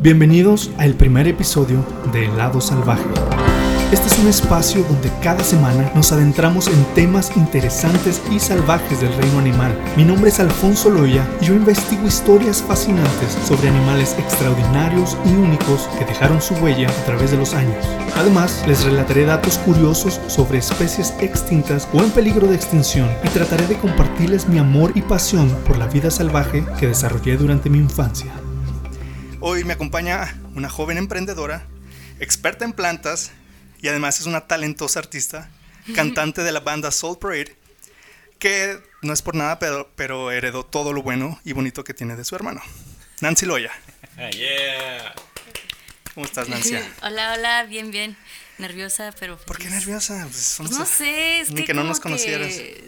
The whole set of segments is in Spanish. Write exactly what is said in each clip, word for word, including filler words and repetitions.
Bienvenidos al primer episodio de El Lado Salvaje. Este es un espacio donde cada semana nos adentramos en temas interesantes y salvajes del reino animal. Mi nombre es Alfonso Loya y yo investigo historias fascinantes sobre animales extraordinarios y únicos que dejaron su huella a través de los años. Además, les relataré datos curiosos sobre especies extintas o en peligro de extinción y trataré de compartirles mi amor y pasión por la vida salvaje que desarrollé durante mi infancia. Hoy me acompaña una joven emprendedora, experta en plantas y además es una talentosa artista, cantante de la banda Soul Parade, que no es por nada, pero, pero heredó todo lo bueno y bonito que tiene de su hermano, Nancy Loya. Yeah. ¿Cómo estás, Nancy? Hola, hola, bien, bien. Nerviosa, pero feliz. ¿Por qué nerviosa? Pues somos no sé, es ni que, que no como nos conocieras. Que...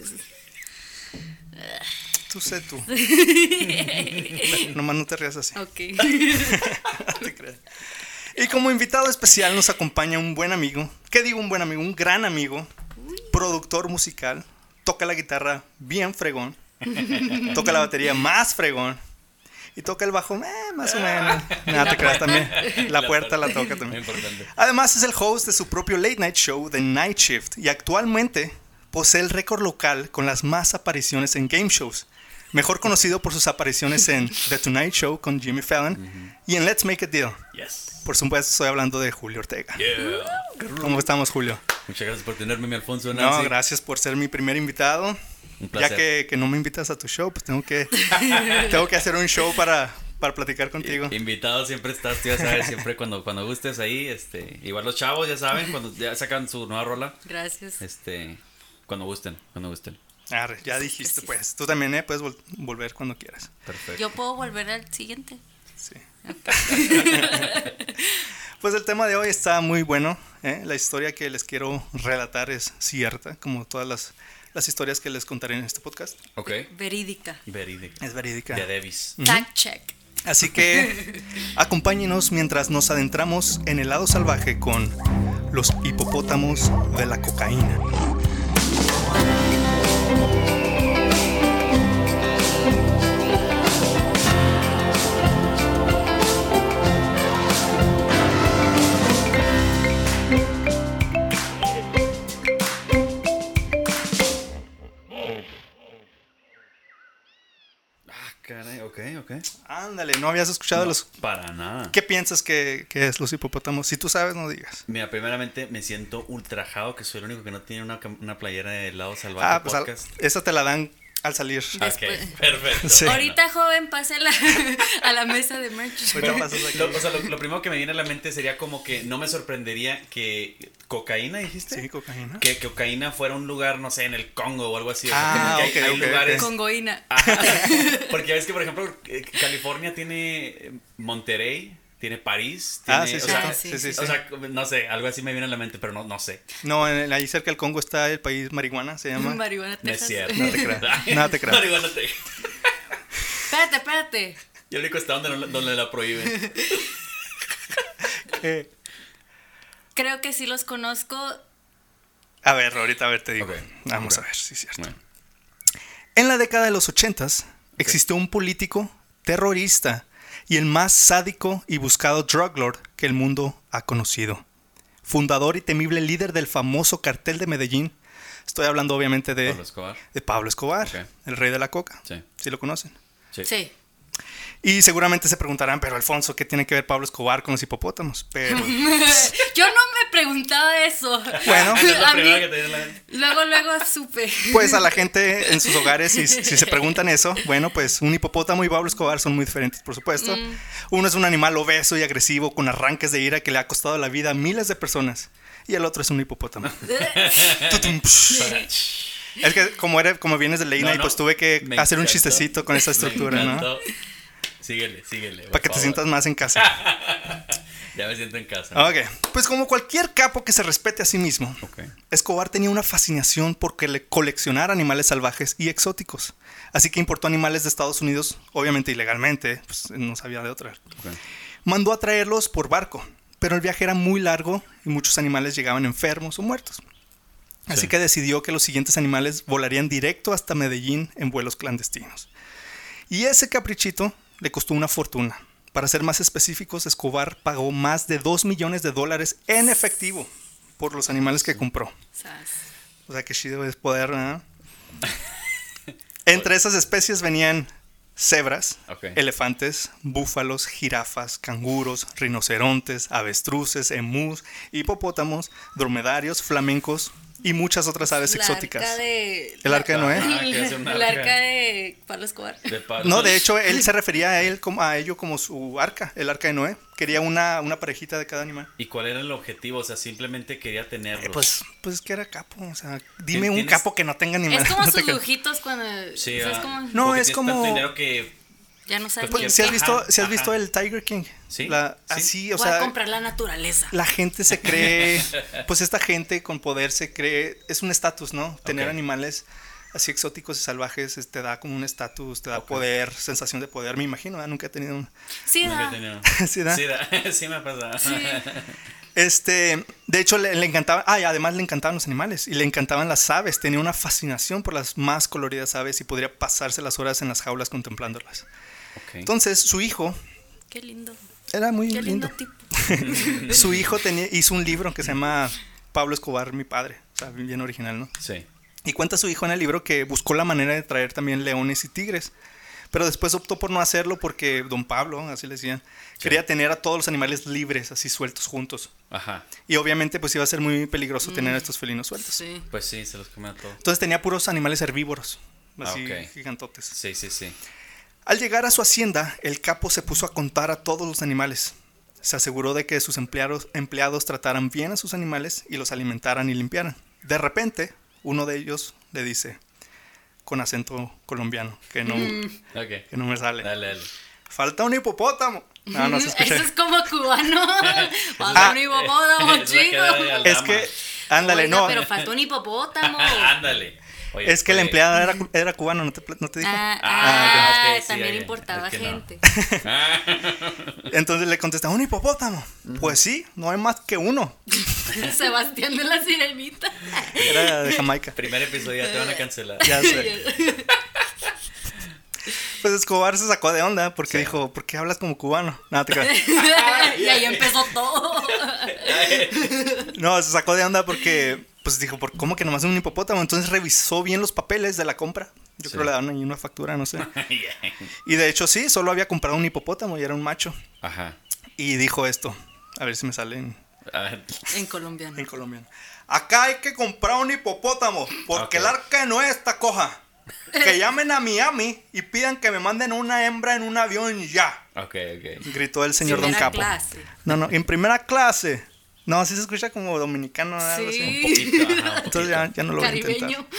Tú sé tú. Nomás no te rías así. Ok. No te creas. Y como invitado especial nos acompaña un buen amigo. ¿Qué digo un buen amigo? Un gran amigo. Productor musical. Toca la guitarra bien fregón. Toca la batería más fregón. Y toca el bajo eh, más o menos. Nada, te creas también. La puerta la toca también. Además es el host de su propio late night show, The Night Shift. Y actualmente posee el récord local con las más apariciones en game shows. Mejor conocido por sus apariciones en The Tonight Show con Jimmy Fallon uh-huh. y en Let's Make a Deal. Yes. Por supuesto estoy hablando de Julio Ortega. Yeah. ¿Cómo estamos, Julio? Muchas gracias por tenerme, mi Alfonso. Nancy. No, gracias por ser mi primer invitado. Un placer. Ya que, que no me invitas a tu show, pues tengo que, tengo que hacer un show para, para platicar contigo. Invitado siempre estás, tú ya sabes, siempre cuando, cuando gustes ahí. Este, igual los chavos, ya saben, cuando ya sacan su nueva rola. Gracias. Este, cuando gusten, cuando gusten. Arre, ya dijiste, pues. Tú también, ¿eh? Puedes vol- volver cuando quieras. Perfecto. ¿Yo puedo volver al siguiente? Sí. Okay. Pues el tema de hoy está muy bueno, ¿eh? La historia que les quiero relatar es cierta, como todas las, las historias que les contaré en este podcast. Ok. Verídica. Verídica. Es verídica. De Davis. Uh-huh. Fact check. Así que acompáñenos mientras nos adentramos en el lado salvaje con los hipopótamos de la cocaína. Caray, ok, ok. Ándale, ¿no habías escuchado No, los...? para nada. ¿Qué piensas que, que es los hipopótamos? Si tú sabes, no digas. Mira, primeramente me siento ultrajado que soy el único que no tiene una, una playera de Lado Salvaje Ah, pues al, Podcast. esa te la dan al salir. Después. Ok, perfecto. Sí. Ahorita, joven, pásela a la mesa de merch. Ahorita pasas aquí. Lo, o sea, lo, lo primero que me viene a la mente sería como que no me sorprendería que cocaína, ¿dijiste? Sí, cocaína. Que, que cocaína fuera un lugar, no sé, en el Congo o algo así. O Ah, sea, como que ok, hay, hay ok, lugares. ok. Congoína. Ajá. Porque ya ves que, por ejemplo, eh, California tiene Monterrey, tiene París. Tiene, Ah, sí, o sí, sea, Ah, sí, sí, sí, sí. O sea, no sé, algo así me viene a la mente, pero no, no sé. No, en el- ahí cerca del Congo está el país marihuana, se llama. Marihuana, No es Texas. cierto. No te creas. Nada te creas. Marihuana te- Espérate, espérate. Y el único estado donde, no- donde la prohíben. Eh, Creo que sí los conozco. a ver, ahorita a ver te digo. Ok, Vamos ok. a ver si es cierto. Bueno, En la década de los ochentas existió un político terrorista y el más sádico y buscado drug lord que el mundo ha conocido. Fundador y temible líder del famoso cartel de Medellín. Estoy hablando obviamente de Pablo Escobar. de Pablo Escobar, Ok. el rey de la coca. Sí. ¿Sí lo conocen? Sí. Sí. Y seguramente se preguntarán, pero Alfonso, ¿qué tiene que ver Pablo Escobar con los hipopótamos? Pero, Yo no me preguntaba eso. bueno, Es lo A mí- primero que te viene a la mente. Luego, luego supe. pues a la gente en sus hogares, si, si se preguntan eso, bueno, pues un hipopótamo y Pablo Escobar son muy diferentes, por supuesto. Mm. Uno es un animal obeso y agresivo con arranques de ira que le ha costado la vida a miles de personas. Y el otro es un hipopótamo. Tutum, psh. Es que como, eres, como vienes de Leina, No, y no, pues tuve que me hacer un encantó. chistecito con esa estructura, Me ¿no? encantó. Síguele, síguele. por Para que te favor. sientas más en casa. Ya me siento en casa. Ok, pues como cualquier capo que se respete a sí mismo, Ok. Escobar tenía una fascinación por que le- coleccionar animales salvajes y exóticos. Así que importó animales de Estados Unidos, obviamente ilegalmente, pues no sabía de otra. Ok. Mandó a traerlos por barco, pero el viaje era muy largo y muchos animales llegaban enfermos o muertos. Así Sí. que decidió que los siguientes animales volarían directo hasta Medellín en vuelos clandestinos. Y ese caprichito le costó una fortuna. Para ser más específicos, Escobar pagó más de dos millones de dólares en efectivo por los animales que compró. Sas. O sea, que chido es poder, ¿no? Entre esas especies venían cebras, Okay. elefantes, búfalos, jirafas, canguros, rinocerontes, avestruces, emús, hipopótamos, dromedarios, flamencos y muchas otras aves La exóticas. arca de... El arca de Noé. Ah, que hace un La arca. arca de Pablo Escobar. De Pablo. No, de hecho, él se refería a él como a ello como su arca, el arca de Noé. Quería una, una parejita de cada animal. ¿Y cuál era el objetivo? O sea, simplemente quería tenerlos. Eh, pues, pues que era capo. O sea, dime un ¿Tienes? capo que no tenga animales. Es como No te sus creas. lujitos cuando... Sí, o sea, es ah, como... No, porque es tienes como- tanto dinero que... Ya no sabes Pues, ni Si has qué. visto, Ajá, si has visto ajá. el Tiger King. Sí, La- sí. Así, o Voy a sea, comprar la naturaleza. la gente se cree, pues esta gente con poder se cree, es un estatus, ¿no? Tener Ok. animales así exóticos y salvajes es- te da como un estatus, te da Ok. poder, sensación de poder, me imagino, ¿verdad? Nunca he tenido un... Sí, Nunca he da. tenido- ¿Sí, da? Sí, da. Sí me ha pasado. Sí. Este, de hecho le, le encantaba, ah, y además le encantaban los animales y le encantaban las aves, tenía una fascinación por las más coloridas aves y podría pasarse las horas en las jaulas contemplándolas. Ok. Entonces su hijo Qué lindo. era muy Qué lindo lindo. tipo. Su hijo tenía, hizo un libro que se llama Pablo Escobar, mi padre, o sea, bien original, ¿no? Sí. Y cuenta su hijo en el libro que buscó la manera de traer también leones y tigres. Pero después optó por no hacerlo porque don Pablo, así le decían, Sí. quería tener a todos los animales libres, así sueltos juntos. Ajá. Y obviamente pues iba a ser muy peligroso tener a estos felinos sueltos. Sí. Pues sí, se los come a todos. Entonces tenía puros animales herbívoros, así Ah, ok. gigantotes. Sí, sí, sí. Al llegar a su hacienda, el capo se puso a contar a todos los animales. Se aseguró de que sus empleados, empleados trataran bien a sus animales y los alimentaran y limpiaran. De repente, uno de ellos le dice, con acento colombiano, que no, Ok. que no me sale. Dale, dale. Falta un hipopótamo. No, no se escucha. Eso es como cubano. Ah, Falta un hipopótamo, Es la que chico. da de al- Es que, ándale, Oiga, no. pero faltó un hipopótamo. Ándale. Oye, Es que el oye. empleado era, cu- era cubano, ¿no te, pl- no te dijo? Ah, Ah, ah, ok, sí, también ok. importaba Es que no. gente. Entonces le contesta, ¿un hipopótamo? Pues sí, no hay más que uno. Sebastián de la Sirenita. Era de Jamaica. Primer episodio ya te van a cancelar. Ya sé. Pues Escobar se sacó de onda porque Sí. dijo, ¿por qué hablas como cubano? No, te creas. Y ahí empezó todo. No, se sacó de onda porque, pues dijo, ¿por cómo que nomás un hipopótamo? Entonces revisó bien los papeles de la compra. Yo Sí. creo que le daban ahí una factura, no sé. Y de hecho sí, solo había comprado un hipopótamo y era un macho. Ajá. Y dijo esto, a ver si me sale en, A ver. En colombiano. en colombiano. Acá hay que comprar un hipopótamo porque Ok. el arca de Noé está coja. Que llamen a Miami y pidan que me manden una hembra en un avión ya. Ok, ok. Gritó el señor Don Primera Capo. clase. No, no, en primera clase. No, así se escucha como dominicano. Algo así. Sí. Poquito, ajá, un Entonces ya, ya no lo voy a intentar. Caribeño.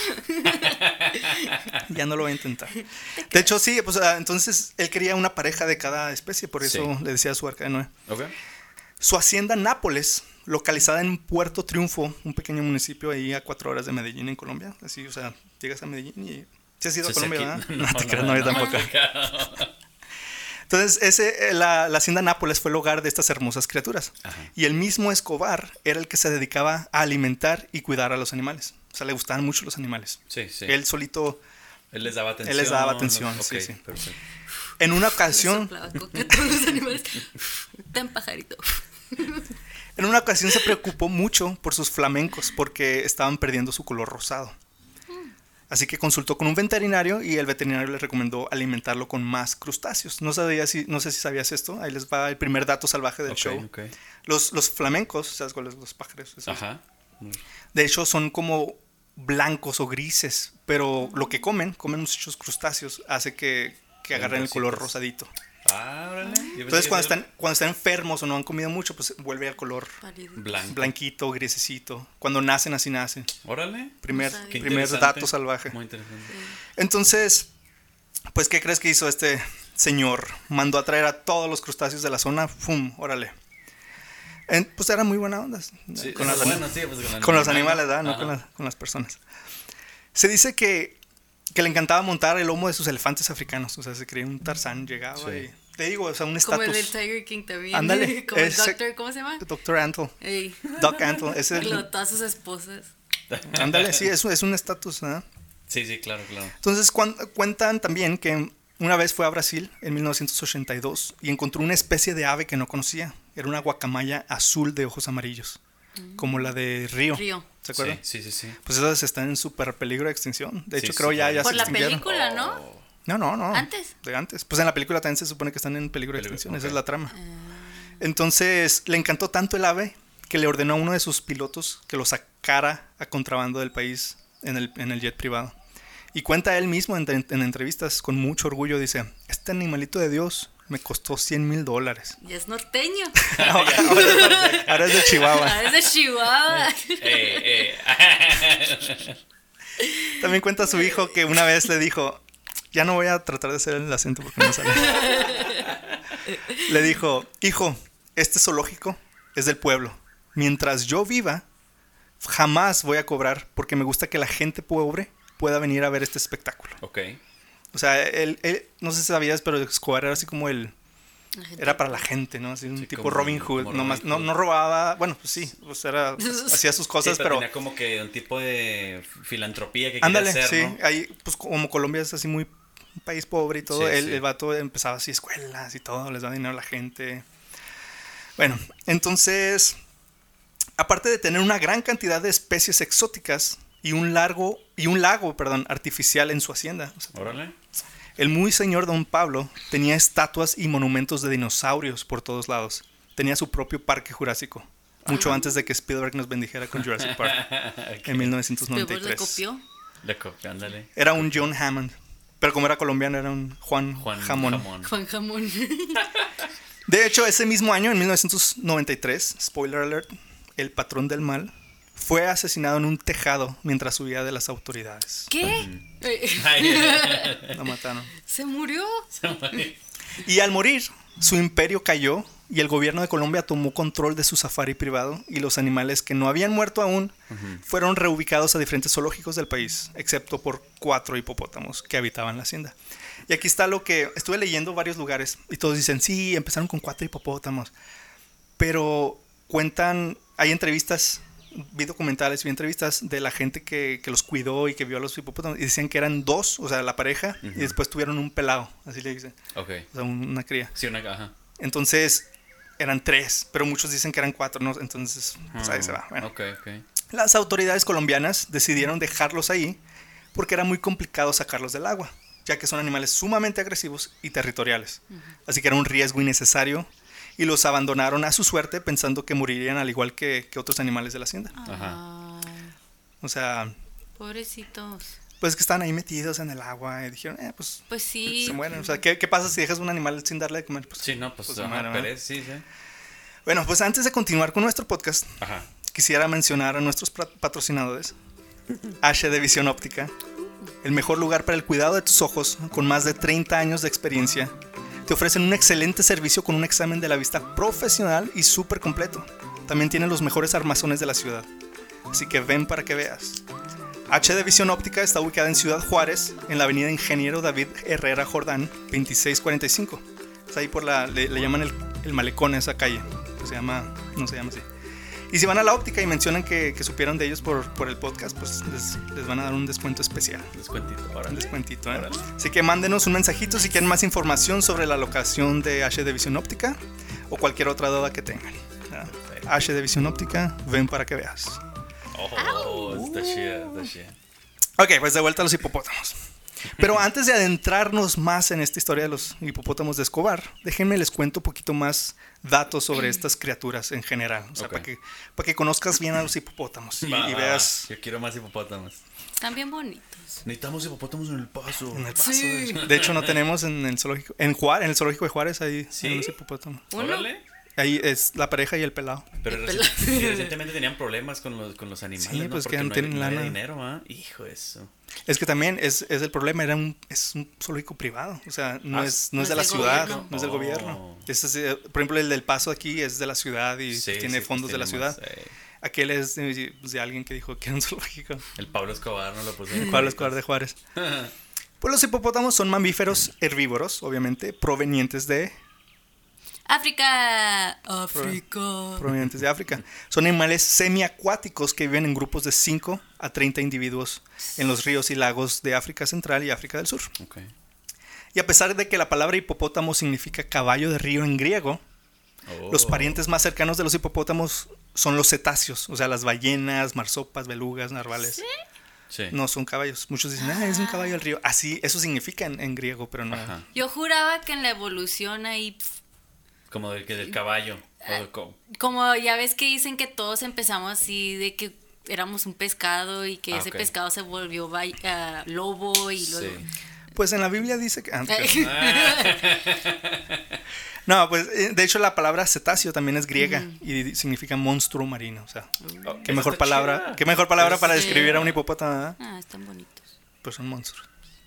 Ya no lo voy a intentar. De hecho, sí, pues ah, entonces él quería una pareja de cada especie, por eso Sí. le decía a su arca de Noé. Ok. Su hacienda Nápoles, localizada en Puerto Triunfo, un pequeño municipio ahí a cuatro horas de Medellín, en Colombia. Así, o sea, llegas a Medellín y... ¿Sí has ido a Sí, Colombia, sí, verdad? aquí- No, te creas, no, yo tampoco. Entonces, ese, eh, la, la hacienda Nápoles fue el hogar de estas hermosas criaturas. Ajá. Y el mismo Escobar era el que se dedicaba a alimentar y cuidar a los animales. O sea, le gustaban mucho los animales. Sí, sí. Él solito, Él les daba atención. Él les daba atención, los- sí, ok, sí. perfecto. en una Le ocasión, soplaba coca a todos los animales. Ten pajarito. en una ocasión se preocupó mucho por sus flamencos porque estaban perdiendo su color rosado. Así que consultó con un veterinario y el veterinario le recomendó alimentarlo con más crustáceos. No sabía si, no sé si sabías esto. Ahí les va el primer dato salvaje del Ok, show. ok. Los, los flamencos, ¿sabes cuáles? Los pájaros. esos? Ajá. De hecho, son como blancos o grises, pero lo que comen, comen muchos crustáceos, hace que, que Bien agarren el color rositas. rosadito. Ah, órale. Yo pensé Entonces, que cuando era están, cuando están enfermos o no han comido mucho, pues vuelve al color Pálido. Blanco. blanquito, grisecito. Cuando nacen, así nacen. Órale. Primer, No sabía. Qué primer interesante. dato salvaje. Muy interesante. Entonces, pues, ¿qué crees que hizo este señor? Mandó a traer a todos los crustáceos de la zona. ¡Fum! Órale. En- pues era muy buena onda. Sí, con, eso las- bueno, sí, pues, con, con los animal, animales, ¿verdad? No Ajá. con, las- con las personas. Se dice que, que le encantaba montar el lomo de sus elefantes africanos. O sea, se creía un Tarzán, llegaba Sí. y... Te digo, o sea, un Como el del estatus. Tiger King también. Ándale, Como el ese- Doctor, ¿cómo se llama? doctor Antle. Ey. Doc Antle. Ese, Lo- todas sus esposas. ándale, sí, es, es un estatus, ¿verdad? Sí, sí, claro, claro. Entonces cuan- cuentan también que una vez fue a Brasil en mil novecientos ochenta y dos y encontró una especie de ave que no conocía. Era una guacamaya azul de ojos amarillos, mm. como la de Río. Río. ¿Se acuerdan? Sí, sí, sí, sí. Pues esas están en súper peligro de extinción. De hecho, sí, creo sí, ya, ya por se la extinguieron. película, ¿no? No, no, no. ¿Antes? De antes. Pues en la película también se supone que están en peligro de extinción. Okay. Esa es la trama. Uh. Entonces, le encantó tanto el ave que le ordenó a uno de sus pilotos que lo sacara a contrabando del país en el, en el jet privado. Y cuenta él mismo en, en, en entrevistas con mucho orgullo, dice, este animalito de Dios me costó cien mil dólares. Y es norteño. ahora, ahora, ahora es de Chihuahua. Ahora es de Chihuahua. eh, eh. También cuenta su hijo que una vez le dijo, ya no voy a tratar de hacer el acento porque no sale. Le dijo, hijo, este zoológico es del pueblo. Mientras yo viva, jamás voy a cobrar porque me gusta que la gente pobre pueda venir a ver este espectáculo. Ok. O sea, él, él no sé si sabías, pero Escobar era así como el... Era para la gente, ¿no? Así un sí, tipo como, Robin Hood. No, Robin no, no robaba... Bueno, pues sí. Pues era, hacía sus cosas, sí, pero... pero... tenía como que un tipo de filantropía que Ándale, quería hacer, sí. ¿no? Ahí, pues como Colombia es así muy... Un país pobre y todo. Sí, el, sí. el vato empezaba así escuelas y todo. Les da dinero a la gente. Bueno, entonces... Aparte de tener una gran cantidad de especies exóticas y un largo y un lago, perdón, artificial en su hacienda. O sea, órale. El muy señor Don Pablo tenía estatuas y monumentos de dinosaurios por todos lados. Tenía su propio parque jurásico, mucho ah. antes de que Spielberg nos bendijera con Jurassic Park okay. en mil novecientos noventa y tres. ¿Spielberg le copió? Le copió, ándale. Era un John Hammond, pero como era colombiano era un Juan, Juan Jamón. Jamón. Juan Jamón. De hecho, ese mismo año, en mil novecientos noventa y tres, spoiler alert, el patrón del mal fue asesinado en un tejado mientras huía de las autoridades. ¿Qué? Lo mataron. ¿Se murió? Se murió. Y al morir, su imperio cayó y el gobierno de Colombia tomó control de su safari privado y los animales que no habían muerto aún uh-huh. fueron reubicados a diferentes zoológicos del país, excepto por cuatro hipopótamos que habitaban la hacienda. Y aquí está lo que... Estuve leyendo varios lugares y todos dicen, sí, empezaron con cuatro hipopótamos. Pero cuentan... Hay entrevistas, vi documentales, vi entrevistas de la gente que, que los cuidó y que vio a los hipopótamos y decían que eran dos, o sea, la pareja, uh-huh. y después tuvieron un pelado, así le dicen. Ok. O sea, una cría. Sí, una caja. Entonces, eran tres, pero muchos dicen que eran cuatro, ¿no? Entonces, pues ahí se va. Bueno. Ok, ok. Las autoridades colombianas decidieron dejarlos ahí porque era muy complicado sacarlos del agua, ya que son animales sumamente agresivos y territoriales. Uh-huh. Así que era un riesgo innecesario. Y los abandonaron a su suerte pensando que morirían al igual que, que otros animales de la hacienda. Ajá. O sea... Pobrecitos. Pues que estaban ahí metidos en el agua y dijeron, eh, pues... Pues sí. Se mueren. O sea, ¿qué, qué pasa si dejas un animal sin darle de comer? Pues, sí, no, pues, pues ajá, se muere, Pérez, sí, sí. Bueno, pues antes de continuar con nuestro podcast, ajá. quisiera mencionar a nuestros patrocinadores. H de Visión Óptica, el mejor lugar para el cuidado de tus ojos, con más de treinta años de experiencia. Te ofrecen un excelente servicio con un examen de la vista profesional y súper completo. También tienen los mejores armazones de la ciudad. Así que ven para que veas. H de Visión Óptica está ubicada en Ciudad Juárez, en la avenida Ingeniero David Herrera Jordán, veintiséis cuarenta y cinco. Es ahí por la... Le, le llaman el, el malecón a esa calle. Que se llama... No se llama así. Y si van a la óptica y mencionan que, que supieron de ellos por, por el podcast, pues les, les van a dar un descuento especial. Descuentito, órale. Un descuentito, ¿eh? Órale. Así que mándenos un mensajito si quieren más información sobre la locación de H de Visión Óptica o cualquier otra duda que tengan. H de Visión Óptica, ven para que veas. Oh, está chida, está chida. Ok, pues de vuelta a los hipopótamos. Pero antes de adentrarnos más en esta historia de los hipopótamos de Escobar, déjenme les cuento un poquito más datos sobre estas criaturas en general. O sea, okay. para que, para que conozcas bien a los hipopótamos y, Va, y va, veas... Yo quiero más hipopótamos. Están bien bonitos. Necesitamos hipopótamos en el Paso. En el Paso. Sí. De hecho, no tenemos en el zoológico. En Juárez, en el zoológico de Juárez, ahí ¿Sí? hay unos hipopótamos. Órale. Ahí es la pareja y el pelado. Pero El reci- pelado. sí, recientemente tenían problemas con los, con los animales, Sí, ¿no? pues Porque que no no tienen hay, no hay lana. dinero, ¿ah? Hijo de eso. Es que también es, es el problema, era un, es un zoológico privado. O sea, no Ah, es, no no es de es la del ciudad, gobierno. no es del Oh. gobierno. Este es, eh, por ejemplo, el del Paso aquí es de la ciudad y Sí, tiene sí, fondos pues de la tiene ciudad. más, eh. Aquel es de, de alguien que dijo que era un zoológico. El Pablo Escobar no lo puso. en Pablo Escobar de Juárez. Pues los hipopótamos son mamíferos herbívoros, obviamente, provenientes de, África. África. provenientes de África. Son animales semiacuáticos que viven en grupos de cinco a treinta individuos en los ríos y lagos de África Central y África del Sur. Okay. Y a pesar de que la palabra hipopótamo significa caballo de río en griego, oh. los parientes más cercanos de los hipopótamos son los cetáceos, o sea, las ballenas, marsopas, belugas, narvales. ¿Sí? Sí. No son caballos. Muchos dicen, ah, es un caballo del río. Así, eso significa en, en griego, pero no. Ajá. Yo juraba que en la evolución ahí... Como del, que del caballo. Uh, como... como ya ves que dicen que todos empezamos así, de que éramos un pescado y que ah, ese okay. pescado se volvió uh, lobo y luego... Sí. Pues en la Biblia dice que... No, pues de hecho la palabra cetáceo también es griega uh-huh. y significa monstruo marino, o sea, uh-huh. qué mejor palabra, chida. qué mejor palabra pues para sí. describir a un hipopótamo, ¿eh? Ah, están bonitos. Pues son monstruos.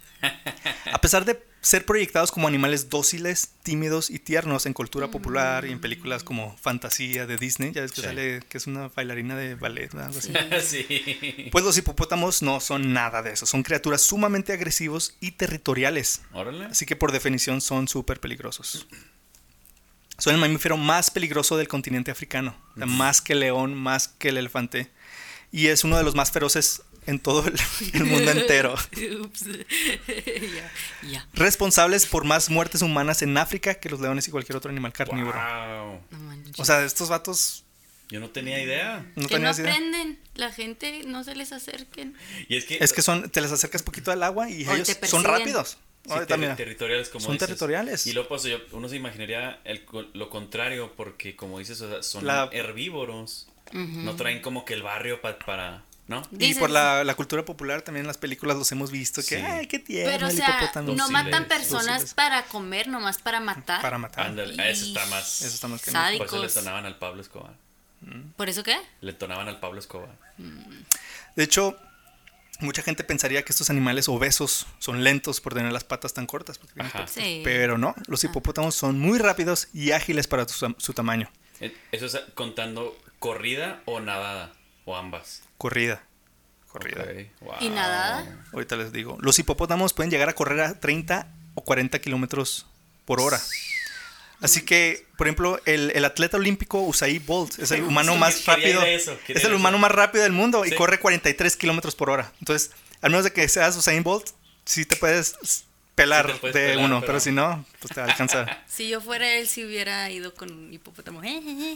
A pesar de ser proyectados como animales dóciles, tímidos y tiernos en cultura popular y en películas como Fantasía de Disney, ya ves que sí. sale que es una bailarina de ballet, algo así. Sí. Pues los hipopótamos no son nada de eso, son criaturas sumamente agresivos y territoriales. Órale. Así que por definición son súper peligrosos. Son el mamífero más peligroso del continente africano, o sea, más que el león, más que el elefante, y es uno de los más feroces en todo el, el mundo entero. yeah, yeah. Responsables por más muertes humanas en África que los leones y cualquier otro animal carnívoro. Wow. O sea, estos vatos... Yo no tenía idea. No que no aprenden, la gente no se les acerquen. Y es que, es que son, te les acercas poquito al agua y ellos son rápidos. Sí, ter- territoriales como son dices. territoriales. Y luego pues, yo, uno se imaginaría el, lo contrario porque como dices, o sea, son la... herbívoros. Uh-huh. No traen como que el barrio pa- para... ¿no? Y dices, por la, la cultura popular también en las películas los hemos visto que, sí. ay, qué tierno. Pero o sea, no matan personas dóciles. Para comer, nomás para matar. Para matar. Ándale, a eso está más. Eso está más que no. Por eso le tonaban al Pablo Escobar. ¿Por eso qué? Le tonaban al Pablo Escobar. De hecho, mucha gente pensaría que estos animales obesos son lentos por tener las patas tan cortas. Sí. Pero no, los hipopótamos son muy rápidos y ágiles para su, su tamaño. ¿Eso es contando corrida o nadada? ¿O ambas? Corrida. Corrida. Okay. Wow. ¿Y nadada? Ahorita les digo. Los hipopótamos pueden llegar a correr a treinta o cuarenta kilómetros por hora. Así que, por ejemplo, el, el atleta olímpico Usain Bolt es el humano más rápido. Eso, es el humano más rápido del mundo sí. y corre cuarenta y tres kilómetros por hora. Entonces, al menos de que seas Usain Bolt, sí te puedes pelar sí te puedes de pelar, uno, pero... pero si no, pues te va a alcanzar. Si yo fuera él, si hubiera ido con un hipopótamo. y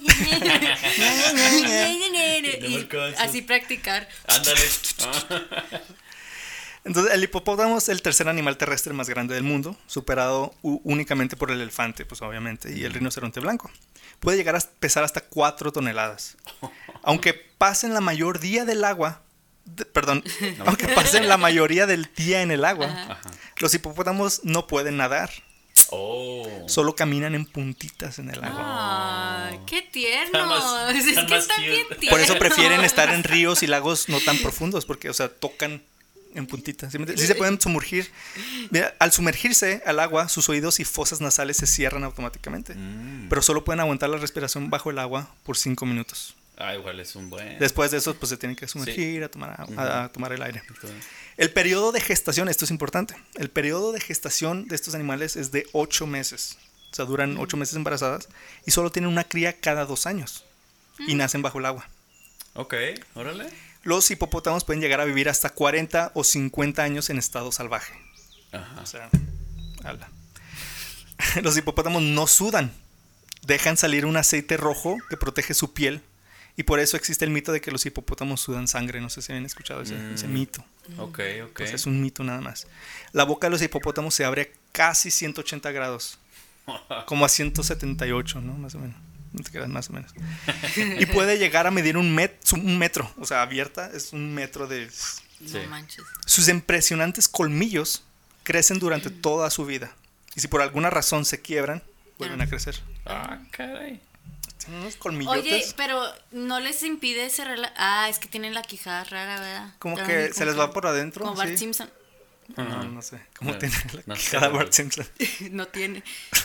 así practicar. Ándale. Entonces, el hipopótamo es el tercer animal terrestre más grande del mundo, superado u- únicamente por el elefante, pues obviamente, y el rinoceronte blanco. Puede llegar a pesar hasta cuatro toneladas. Aunque pasen la mayoría del agua, de, perdón, no. aunque pasen la mayoría del día en el agua, Ajá. los hipopótamos no pueden nadar. Oh. Solo caminan en puntitas en el agua. ¡Ay, qué tierno! Más, es que están bien tiernos. Por eso prefieren estar en ríos y lagos no tan profundos, porque, o sea, tocan en puntitas. Sí, sí se pueden sumergir. Mira, al sumergirse al agua, sus oídos y fosas nasales se cierran automáticamente. Mm. Pero solo pueden aguantar la respiración bajo el agua por cinco minutos. Ah, igual es un buen... Después de eso, pues se tienen que sumergir sí. a, tomar, a, uh-huh. a tomar el aire. Entonces... El periodo de gestación, esto es importante. El periodo de gestación de estos animales es de ocho meses. O sea, duran ocho meses embarazadas y solo tienen una cría cada dos años. Mm. Y nacen bajo el agua. Ok, órale. Los hipopótamos pueden llegar a vivir hasta cuarenta o cincuenta años en estado salvaje. Ajá. O sea, habla. Los hipopótamos no sudan. Dejan salir un aceite rojo que protege su piel. Y por eso existe el mito de que los hipopótamos sudan sangre. No sé si habían escuchado ese, mm. ese mito. Ok, ok. Pues es un mito nada más. La boca de los hipopótamos se abre a casi ciento ochenta grados. Como a ciento setenta y ocho, ¿no? Más o menos. No te quedas más o menos. Y puede llegar a medir un, met, un metro. O sea, abierta es un metro de... Sí. No manches. Sus impresionantes colmillos crecen durante toda su vida. Y si por alguna razón se quiebran, vuelven a crecer. Ah, caray. Tienen unos colmillotes. Oye, pero no les impide cerrar la... Ah, es que tienen la quijada rara, ¿verdad? Como que se les va por adentro. Como Bart ¿sí? Simpson. No, no, no sé. ¿Cómo no, tiene la no quijada sé, Bart Simpson? No tiene.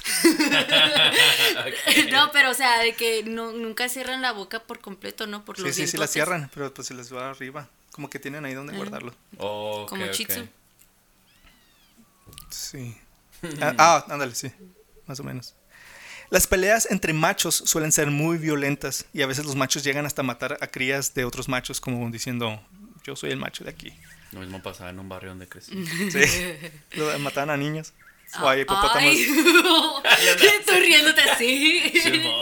Okay. No, pero o sea, de que no, nunca cierran la boca por completo, ¿no? Por sí, los sí, dientotes. sí la cierran, pero pues se les va arriba. Como que tienen ahí donde uh-huh. guardarlo. Oh, okay, como okay. Shih Tzu. Sí. ah, ah, ándale, sí. Más o menos. Las peleas entre machos suelen ser muy violentas y a veces los machos llegan hasta matar a crías de otros machos, como diciendo, yo soy el macho de aquí. Lo mismo pasaba en un barrio donde crecí. Sí, mataban a niños. O hay hipopótamos. Ay, estoy riéndote así.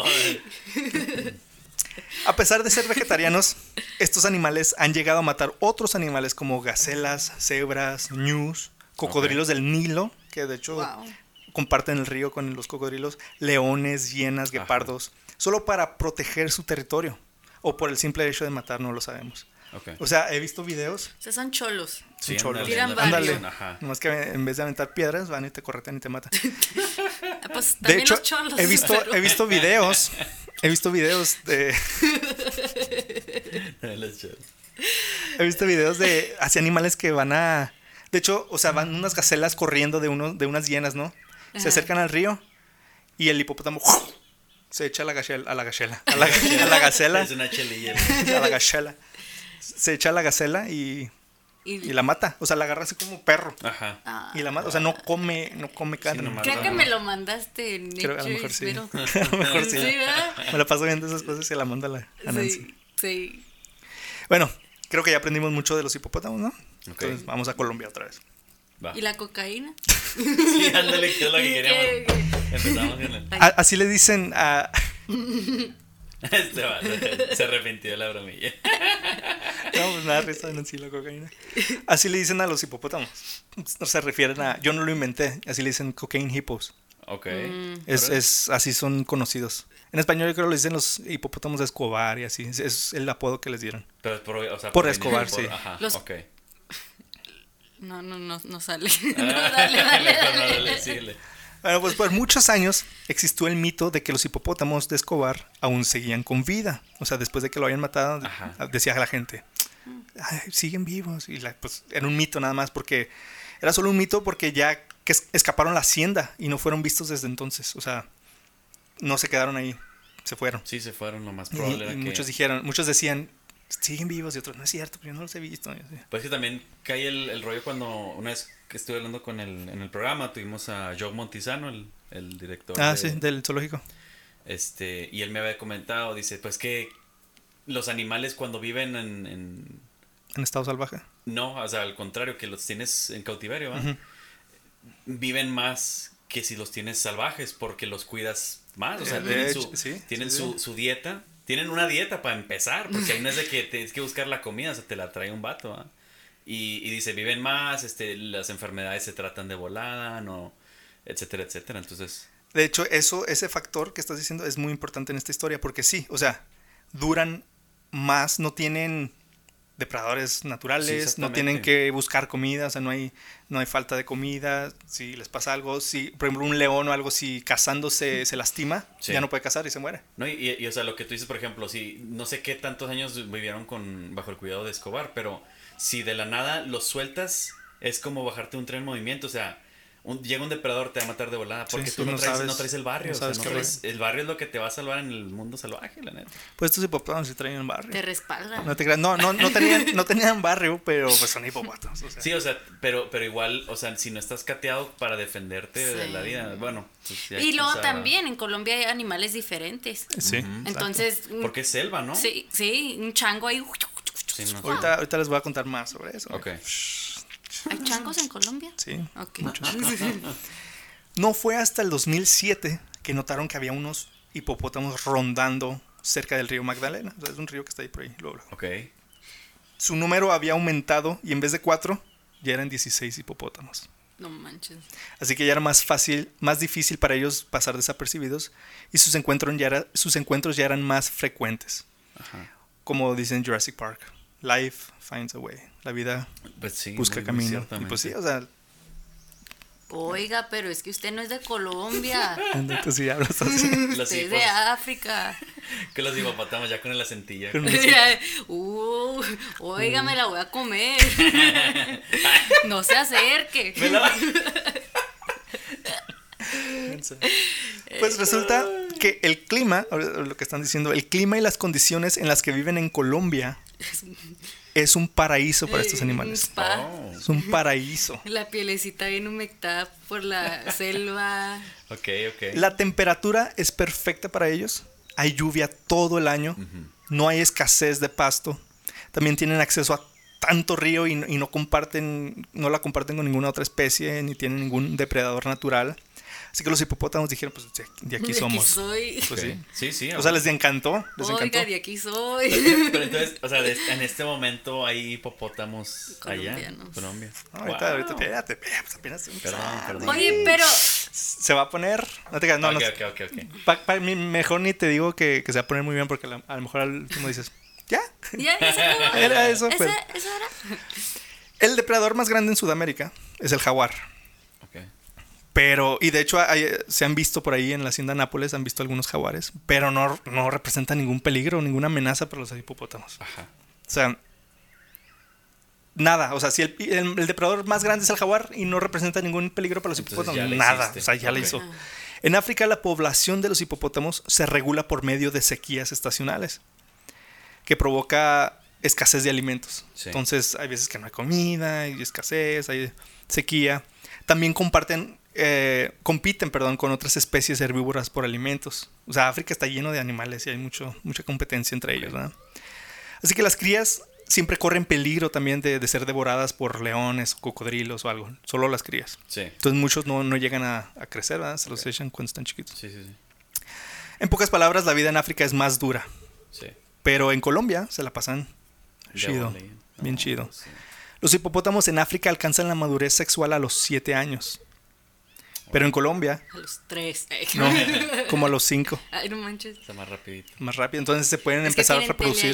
A pesar de ser vegetarianos, estos animales han llegado a matar otros animales como gacelas, cebras, ñus, cocodrilos okay. del Nilo, que de hecho wow. comparten el río con los cocodrilos, leones, hienas, guepardos, Ajá. solo para proteger su territorio. O por el simple hecho de matar, no lo sabemos. Okay. O sea, he visto videos. O sea, son cholos. Sí, son cholos. Tiran Ándale. Nomás que en vez de aventar piedras, van y te corretean y te matan. Pues, de hecho, los cholos, he visto, pero... he visto videos. He visto videos de. He visto videos de hacia animales que van a. De hecho, o sea, van unas gacelas corriendo de uno, de unas hienas, ¿no? Ajá. Se acercan al río y el hipopótamo se echa a la gacela, a la gacela, a la, a la gacela. Es una chelilla. A la gacela. Se echa a la gacela y, y, y la mata. O sea, la agarra así como perro. Ajá. Ah. Y la mata. O sea, no come, no come carne. Sí, no Creo que me lo mandaste en Creo que a lo mejor sí. Pero... a lo mejor sí. sí me la paso viendo esas cosas y la manda la, a Nancy. Sí, sí. Bueno, creo que ya aprendimos mucho de los hipopótamos, ¿no? Okay. Entonces vamos a Colombia otra vez. Va. ¿Y la cocaína? Sí, ándale, que es lo que queríamos. Empezamos con el... a, Así le dicen a... Este va, se arrepintió de la bromilla. No, pues nada, risa en sí la cocaína. Así le dicen a los hipopótamos. No se refieren a... Yo no lo inventé. Así le dicen cocaine hippos. Ok. Mm. Es, es, así son conocidos. En español yo creo que le dicen los hipopótamos de Escobar y así. Es, es el apodo que les dieron. Pero por, o sea, por, por Escobar, por, sí. Ajá, los... ok. No, no, no, no sale. Ah, no, dale, dale, dale. No, dale, síguele. Bueno, pues por muchos años existió el mito de que los hipopótamos de Escobar aún seguían con vida. O sea, después de que lo habían matado, Ajá. decía la gente, ay, siguen vivos. Y la, pues era un mito nada más, porque era solo un mito porque ya que escaparon la hacienda y no fueron vistos desde entonces. O sea, no se quedaron ahí, se fueron. Sí, se fueron, lo más probable y, era y que... muchos dijeron, muchos decían, siguen vivos, y otros, no es cierto, yo no los he visto. Pues que también cae el, el rollo cuando una vez que estuve hablando con el, en el programa, tuvimos a Joe Montizano, el, el director. Ah, de, sí, del zoológico. Este, y él me había comentado, dice, pues que los animales cuando viven en... En, ¿En estado salvaje? No, o sea, al contrario, que los tienes en cautiverio, ¿eh? Uh-huh. Viven más que si los tienes salvajes, porque los cuidas más, o sea, de tienen, hecho, su, sí, tienen sí, su, sí. su dieta. Tienen una dieta para empezar, porque ahí no es de que tienes que buscar la comida, o sea, te la trae un vato, ¿eh? Y, y dice, viven más, este, las enfermedades se tratan de volada, no, etcétera, etcétera, entonces... De hecho, eso, ese factor que estás diciendo es muy importante en esta historia, porque sí, o sea, duran más, no tienen depredadores naturales, sí, no tienen que buscar comida, o sea, no hay, no hay falta de comida, si les pasa algo, si, por ejemplo, un león o algo, si cazándose se lastima, sí. ya no puede cazar y se muere. No, y, y, y, o sea, lo que tú dices, por ejemplo, si no sé qué tantos años vivieron con bajo el cuidado de Escobar, pero si de la nada los sueltas, es como bajarte un tren en movimiento, o sea, un, llega un depredador, te va a matar de volada, porque sí, tú no, no, traes, traes, no traes el barrio, no o sea, no traes, el barrio es lo que te va a salvar en el mundo salvaje, la neta. Pues estos hipopótamos sí traían barrio. Te respaldan. No, te creas, no, no, no, tenían, no tenían barrio, pero pues son hipopótamos. O sea. Sí, o sea, pero, pero igual, o sea, si no estás cateado para defenderte sí. de la vida, bueno. Pues y luego pensaba... también, en Colombia hay animales diferentes. Sí. Uh-huh. Entonces. Porque es selva, ¿no? Sí, sí, un chango ahí. Sí, no. ahorita, ahorita les voy a contar más sobre eso. Ok. ¿Hay changos en Colombia? Sí. Okay. Muchos. No fue hasta el dos mil siete que notaron que había unos hipopótamos rondando cerca del río Magdalena. O sea, es un río que está ahí por ahí. Luego, luego. Ok. Su número había aumentado y en vez de cuatro, ya eran dieciséis hipopótamos. No manches. Así que ya era más fácil, más difícil para ellos pasar desapercibidos y sus encuentros ya, era, sus encuentros ya eran más frecuentes. Ajá. Como dicen Jurassic Park, life finds a way. La vida pues sí, busca muy, camino. Muy y pues sí, o sea... Oiga, pero es que usted no es de Colombia. Entonces sí hablas así. Usted es de África. Que los hipopótamos ya con el acentilla. uh, oiga, uh. me la voy a comer. No se acerque. ¿Me la... Pues resulta que el clima, lo que están diciendo, el clima y las condiciones en las que viven en Colombia es un paraíso para estos animales. Oh. Es un paraíso. La pielecita bien humectada por la selva. Ok, ok. La temperatura es perfecta para ellos. Hay lluvia todo el año. Uh-huh. No hay escasez de pasto. También tienen acceso a tanto río y, y no comparten, no la comparten con ninguna otra especie, ni tienen ningún depredador natural. Así que los hipopótamos dijeron, pues de, de aquí de somos. Aquí soy. Pues okay. sí. Sí, sí. O sea, les encantó. Les Oiga, encantó. de aquí soy. Pero entonces, o sea, de, en este momento hay hipopótamos allá en Colombia. No, ahorita, wow. ahorita, espérate, espérate, apenas. Perdón, perdón. Oye, pero... Se va a poner... No te quedas, no, okay, no. Ok, ok, ok. Pa, pa, mejor ni te digo que, que se va a poner muy bien porque la, a lo mejor tú me dices, ¿ya? ¿Ya? ¿Eso era? Era eso, ¿Ese, pues. ¿Eso era? El depredador más grande en Sudamérica es el jaguar. Ok. Pero, y de hecho hay, se han visto por ahí en la hacienda Nápoles, han visto algunos jaguares, pero no, no representa ningún peligro, ninguna amenaza para los hipopótamos. Ajá. O sea, nada. O sea, si el, el, el depredador más grande es el jaguar y no representa ningún peligro para los Entonces hipopótamos, nada. hiciste. O sea, ya okay. la hizo. En África la población de los hipopótamos se regula por medio de sequías estacionales, que provoca escasez de alimentos. Sí. Entonces hay veces que no hay comida, hay escasez, hay sequía. También comparten... Eh, compiten, perdón, con otras especies herbívoras por alimentos. O sea, África está lleno de animales y hay mucho, mucha competencia entre ellos, ¿verdad? Así que las crías siempre corren peligro también de, de ser devoradas por leones, cocodrilos o algo. Solo las crías. Sí. Entonces muchos no, no llegan a, a crecer, ¿verdad? Se los okay. echan cuando están chiquitos. Sí, sí, sí. En pocas palabras, la vida en África es más dura. Sí. Pero en Colombia se la pasan chido, no, bien chido. Sí. Los hipopótamos en África alcanzan la madurez sexual a los siete años. Pero en Colombia... A los tres. No, como a los cinco. Ay, no manches. Está más rapidito. Más rápido. Entonces se pueden es empezar que a reproducir.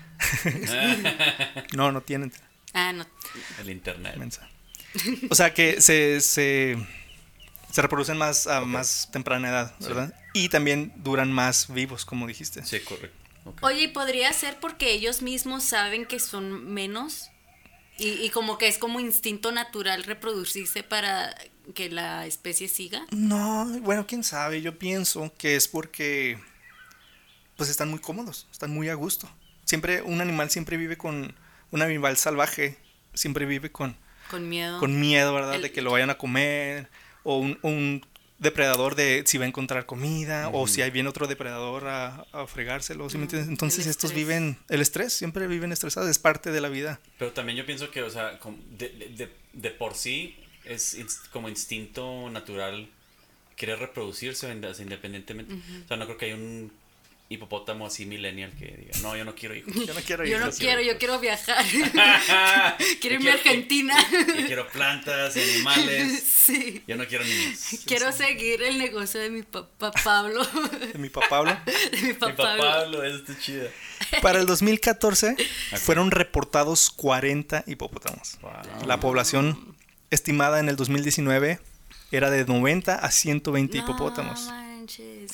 Ya. No, no tienen. Ah, no. El internet. Mensa. O sea que se, se, se reproducen más a okay. más temprana edad, ¿verdad? Sí. Y también duran más vivos, como dijiste. Sí, correcto. Okay. Oye, ¿y podría ser porque ellos mismos saben que son menos? Y, y como que es como instinto natural reproducirse para que la especie siga. No, bueno, quién sabe. Yo pienso que es porque pues están muy cómodos, están muy a gusto. Siempre, un animal siempre vive con, un animal salvaje siempre vive con con miedo, con miedo, ¿verdad? El, de que lo vayan a comer, o un, un depredador de si va a encontrar comida, uh-huh. o si hay viene otro depredador a, a fregárselo, ¿sí me entiendes? Entonces estos viven, el estrés, siempre viven estresados, es parte de la vida. Pero también yo pienso que, o sea, de, de, de por sí es como instinto natural querer reproducirse independientemente. Uh-huh. O sea, no creo que haya un hipopótamo así millennial que diga, no, yo no quiero hijos. Yo no quiero hijos. Yo no quiero, yo quiero viajar. Quiero irme a Argentina. Yo quiero plantas y animales. Sí. Yo no quiero niños. Quiero sí. seguir el negocio de mi papá Pablo. ¿De mi papá Pablo? De mi papá mi papá Pablo, eso está chido. Para el dos mil catorce okay. fueron reportados cuarenta hipopótamos. Wow. La población estimada en el dos mil diecinueve era de noventa a ciento veinte no, hipopótamos. Manches.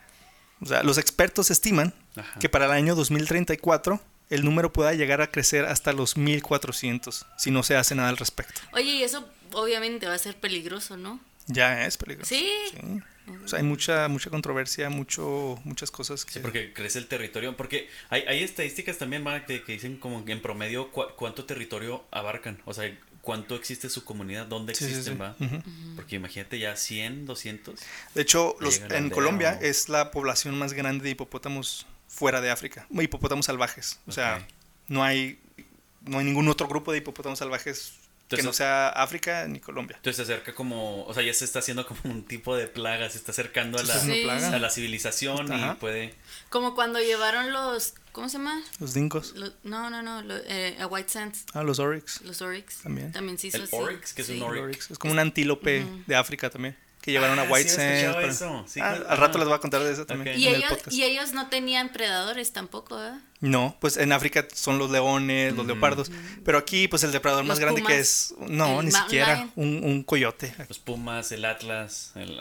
O sea, los expertos estiman Ajá. que para el año dos mil treinta y cuatro el número pueda llegar a crecer hasta los mil cuatrocientos si no se hace nada al respecto. Oye, y eso obviamente va a ser peligroso, ¿no? Ya es peligroso. Sí. sí. Uh-huh. O sea, hay mucha mucha controversia, mucho muchas cosas que... Sí, porque crece el territorio. Porque hay, hay estadísticas también, Mark, que, que dicen como que en promedio cu- cuánto territorio abarcan. O sea, cuánto existe su comunidad, dónde existen, sí, sí, sí. ¿va? Uh-huh. Porque imagínate ya cien, doscientos. De hecho, los, en Colombia o... es la población más grande de hipopótamos fuera de África. Hipopótamos salvajes. O sea, okay. no hay no hay ningún otro grupo de hipopótamos salvajes Entonces, que no sea África ni Colombia. Entonces se acerca como, o sea, ya se está haciendo como un tipo de plaga, se está acercando a la, sí. a la civilización. Ajá. Y puede... Como cuando llevaron los, ¿cómo se llama? Los dingoes. Lo, no, no, no, lo, eh, a White Sands. Ah, los oryx. Los oryx. También. También se hizo ¿El así. oryx? ¿Qué es sí. un oryx? Es como un antílope uh-huh. de África también. Que llevaron ah, a White sí, Sands. Para... Eso. Sí, ah, claro. Al rato les voy a contar de eso también. Okay. Y, en ellos, el podcast. y ellos no tenían predadores tampoco, ¿eh? No, pues en África son los leones, los mm. leopardos. Mm. Pero aquí, pues el depredador los más grande pumas, que es. No, ni siquiera. Un, un coyote. Los pumas, el atlas. El...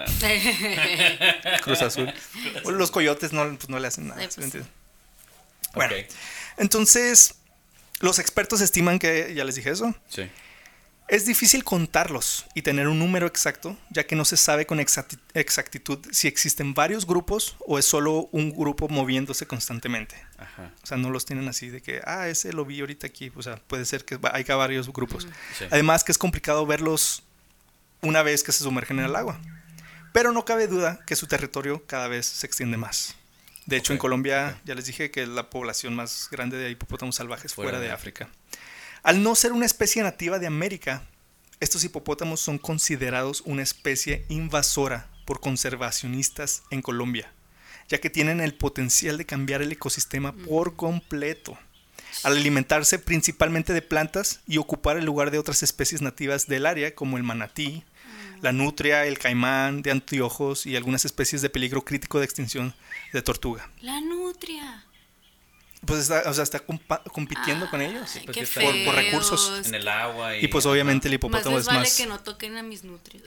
Cruz Azul. Los coyotes no, pues, no le hacen nada. Sí, pues. Bueno, okay. Entonces, los expertos estiman que. Ya les dije eso. Sí. Es difícil contarlos y tener un número exacto, ya que no se sabe con exactitud si existen varios grupos o es solo un grupo moviéndose constantemente. Ajá. O sea, no los tienen así de que, ah, ese lo vi ahorita aquí. O sea, puede ser que haya varios grupos. Sí. Además que es complicado verlos una vez que se sumergen en el agua. Pero no cabe duda que su territorio cada vez se extiende más. De hecho, okay. en Colombia, okay. ya les dije que es la población más grande de hipopótamos salvajes fuera, fuera de, de África. Al no ser una especie nativa de América, estos hipopótamos son considerados una especie invasora por conservacionistas en Colombia, ya que tienen el potencial de cambiar el ecosistema por completo, al alimentarse principalmente de plantas y ocupar el lugar de otras especies nativas del área, como el manatí, la nutria, el caimán de anteojos y algunas especies de peligro crítico de extinción de tortuga. La nutria. Pues está, o sea, está compa- compitiendo Ay, con ellos qué porque está por, por feos. recursos. En el agua. Y, Y pues obviamente el Más hipopótamo les es vale más... que no toquen a mis nutrias.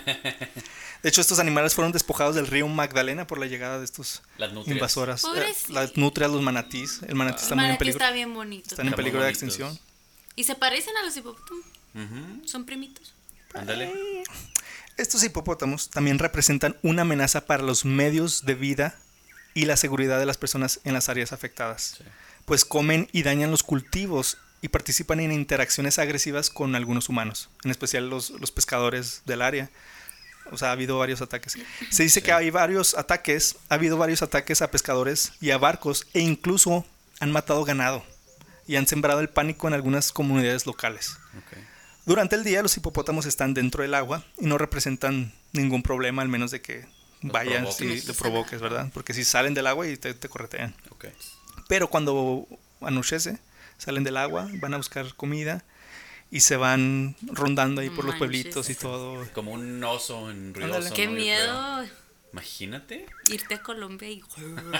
De hecho, estos animales fueron despojados del río Magdalena por la llegada de estos Las nutrias. invasoras. Eh, Pobrecitos. las nutrias, los manatís. El manatí está El muy en manatí peligro. está bien bonito. Están en Están muy peligro de bonitos. extinción. Y se parecen a los hipopótamos. Ujú. Son primitos. Ándale. Estos hipopótamos también representan una amenaza para los medios de vida y la seguridad de las personas en las áreas afectadas, Sí. pues comen y dañan los cultivos y participan en interacciones agresivas con algunos humanos, en especial los, los pescadores del área. O sea, ha habido varios ataques. Se dice Sí. que hay varios ataques, ha habido varios ataques a pescadores y a barcos, e incluso han matado ganado y han sembrado el pánico en algunas comunidades locales. Ok. Durante el día los hipopótamos están dentro del agua y no representan ningún problema, al menos de que Los vayas provoques. y lo provoques, ¿verdad? Porque si salen del agua y te, te corretean. Ok. Pero cuando anochece, salen del agua, van a buscar comida y se van rondando ahí por los Manches. pueblitos y todo. Como un oso en ruidoso. Ándale. Qué ¿no? Yo miedo creo. Imagínate. irte a Colombia y...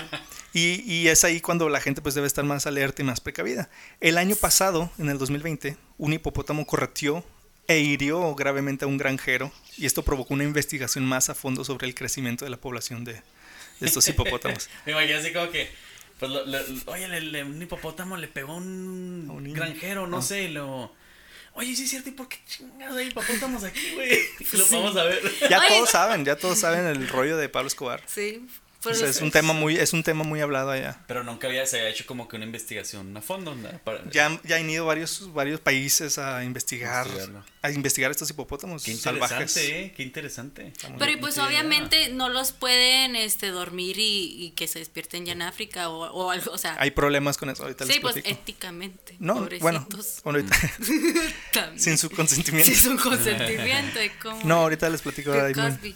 Y, y es ahí cuando la gente pues debe estar más alerta y más precavida. El año pasado, en el dos mil veinte, un hipopótamo correteó e hirió gravemente a un granjero, y esto provocó una investigación más a fondo sobre el crecimiento de la población de, de estos hipopótamos. Me imagino así como que. Pues, lo- lo- oye, le- le- un hipopótamo le pegó a un, A un niño. granjero, no Ah. sé, y lo. Oye, sí es cierto, ¿y por qué chingados hay hipopótamos aquí, güey? Lo vamos a ver. Ya Ay. todos saben, ya todos saben el rollo de Pablo Escobar. Sí. O Por sea, eso- es un tema muy, es un tema muy hablado allá. Pero nunca había, se había hecho como que una investigación a fondo. ¿no? Para- Ya, ya han ido varios, varios países a investigar, Investigarlo. a investigar estos hipopótamos Qué salvajes. interesante, ¿eh? Qué interesante. Pero y No pues tenía idea. obviamente no los pueden este dormir y, y que se despierten ya en África o, o algo, o sea, Hay problemas con eso, ahorita sí, les pues platico. éticamente, No, bueno, pobrecitos. ahorita, También. sin su consentimiento. Sin su consentimiento, y como No, ahorita les platico. Bill ahí muy- Cosby.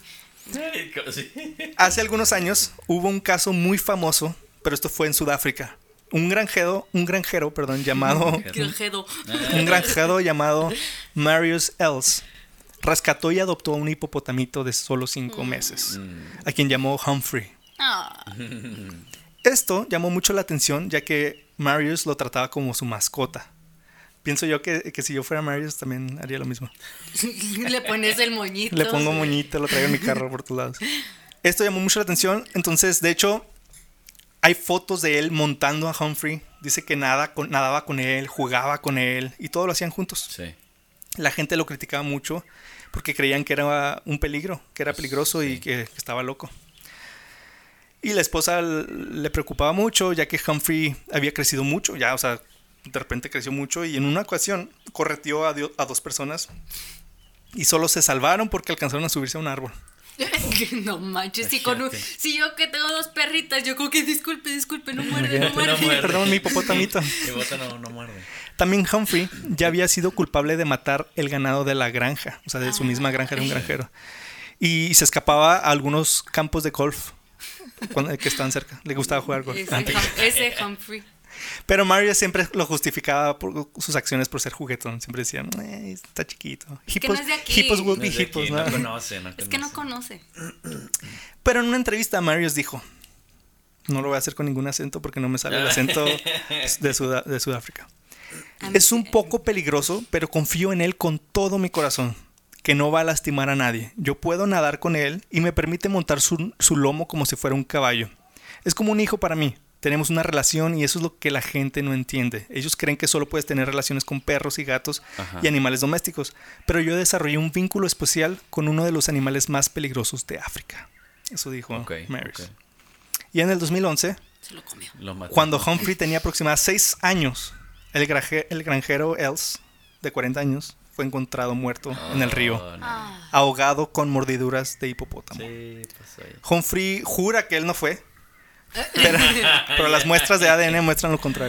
Sí. Hace algunos años hubo un caso muy famoso, pero esto fue en Sudáfrica. Un granjero, un granjero, perdón, llamado Granjero. un granjero llamado Marius Els rescató y adoptó a un hipopotamito de solo cinco meses, a quien llamó Humphrey. Ah, Esto llamó mucho la atención, ya que Marius lo trataba como su mascota. Pienso yo que, que si yo fuera Marius también haría lo mismo. le pones el moñito. Le pongo moñito, lo traigo en mi carro por todos lados. Esto llamó mucho la atención. Entonces, de hecho, hay fotos de él montando a Humphrey. Dice que nada con, nadaba con él, jugaba con él y todo lo hacían juntos. Sí. La gente lo criticaba mucho porque creían que era un peligro, que era peligroso y Sí. que, que estaba loco. Y la esposa l- le preocupaba mucho, ya que Humphrey había crecido mucho, ya, o sea, de repente creció mucho, y en una ocasión correteó a, dio- a dos personas y solo se salvaron porque alcanzaron a subirse a un árbol. No manches, si, con un- Fíjate. si yo que tengo dos perritas, yo como que disculpe, disculpe, no muerde, no Imagínate. muerde. No muerde. Perdón, mi hipopotamito. El bota no, no muerde. También Humphrey ya había sido culpable de matar el ganado de la granja, o sea, de su misma granja, era un granjero. Y se escapaba a algunos campos de golf cuando- que estaban cerca. Le gustaba jugar golf. Ese, Hum- ese Humphrey. Pero Mario siempre lo justificaba por sus acciones por ser juguetón. Siempre decían, eh, está chiquito. que Hippos, no es de aquí. hippos will No be es de hippos, aquí, ¿no? no conoce, no Es que no conoce. conoce. Pero en una entrevista Marius dijo, no lo voy a hacer con ningún acento porque no me sale el acento de, Suda- de Sudáfrica. Es un poco peligroso, pero confío en él con todo mi corazón, que no va a lastimar a nadie. Yo puedo nadar con él y me permite montar su, su lomo como si fuera un caballo. Es como un hijo para mí. Tenemos una relación y eso es lo que la gente no entiende. Ellos creen que solo puedes tener relaciones con perros y gatos Ajá. y animales domésticos, pero yo desarrollé un vínculo especial con uno de los animales más peligrosos de África. Eso dijo Ok, Marius. ok. Y en el dos mil once, Se lo comió. Lo mató. cuando Humphrey tenía aproximadamente seis años, el, graje- el granjero Els, de cuarenta años, fue encontrado muerto en el río, Oh, no. Ah, ahogado con mordiduras de hipopótamo. Sí, pues ahí. Humphrey jura que él no fue, pero, pero las muestras de A D N muestran lo contrario.